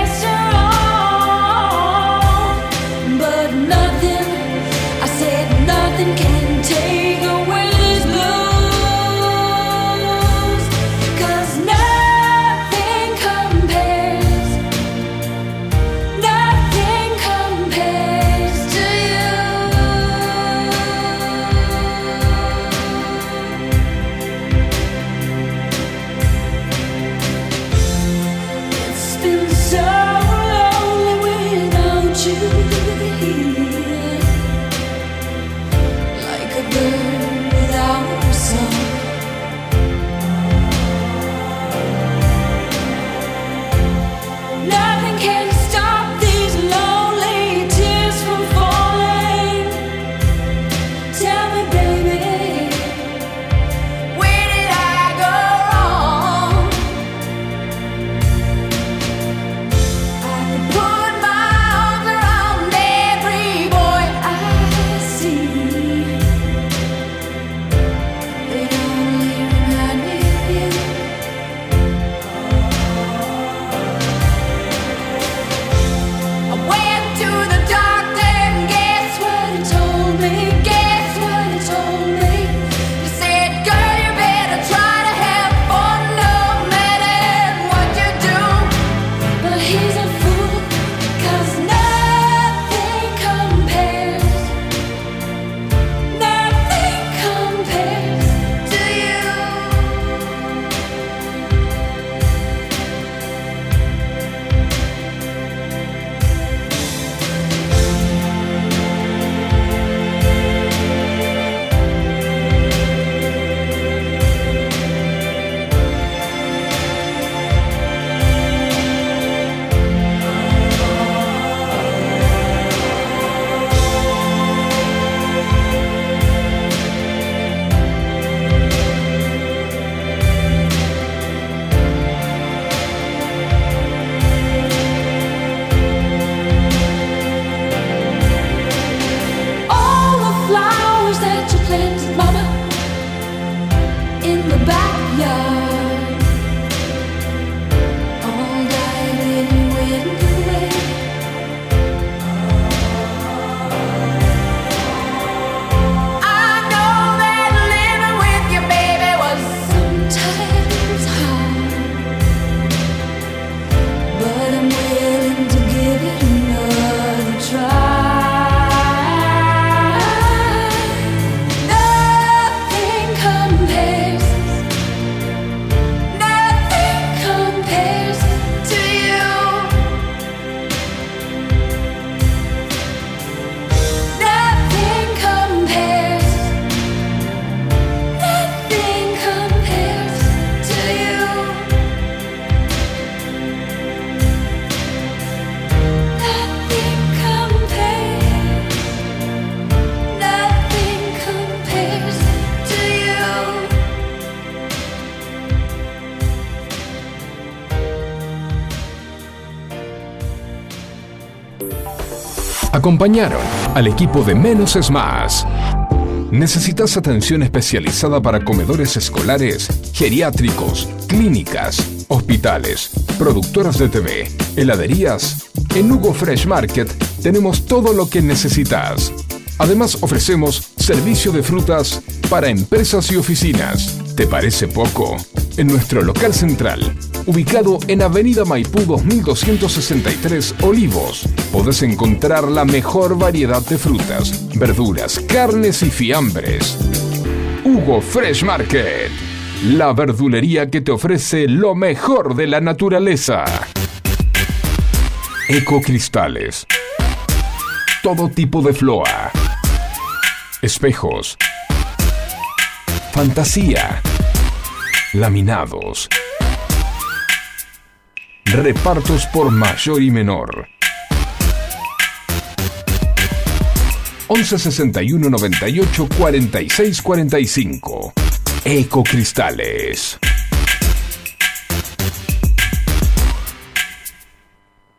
Speaker 9: restaurant, but nothing, I said nothing can take away these blues, 'cause nothing compares, nothing compares to It's been so lonely without you here, like a bird without a song. Nothing can stop these lonely tears from falling. Tell me, baby, where did I go wrong? I could put my arms around every boy I see. They only remind me of you. I went to the doctor and guess what he told me? Guess what he told me? He said, girl, you better try to have fun no matter what you do. But he's a fool, 'cause nothing compares, nothing compares to you. All the flowers that you planted, mama, in the backyard, all died in wind away. I know that living with you, baby, was sometimes hard, but I'm willing to give it another try. Nothing compares, nothing compares to you. Nothing compares, nothing compares to you. Nothing compares, nothing compares to you.
Speaker 1: Acompañaron al equipo de Menos es Más. ¿Necesitas atención especializada para comedores escolares, geriátricos, clínicas, hospitales, productoras de T V, heladerías? En Hugo Fresh Market tenemos todo lo que necesitas. Además, ofrecemos servicio de frutas para empresas y oficinas. ¿Te parece poco? En nuestro local central, ubicado en Avenida Maipú dos mil doscientos sesenta y tres Olivos, podés encontrar la mejor variedad de frutas, verduras, carnes y fiambres. Hugo Fresh Market, la verdulería que te ofrece lo mejor de la naturaleza. Ecocristales, todo tipo de floa, espejos, fantasía, laminados, repartos por mayor y menor. once sesenta y uno noventa y ocho cuarenta y seis cuarenta y cinco. Ecocristales.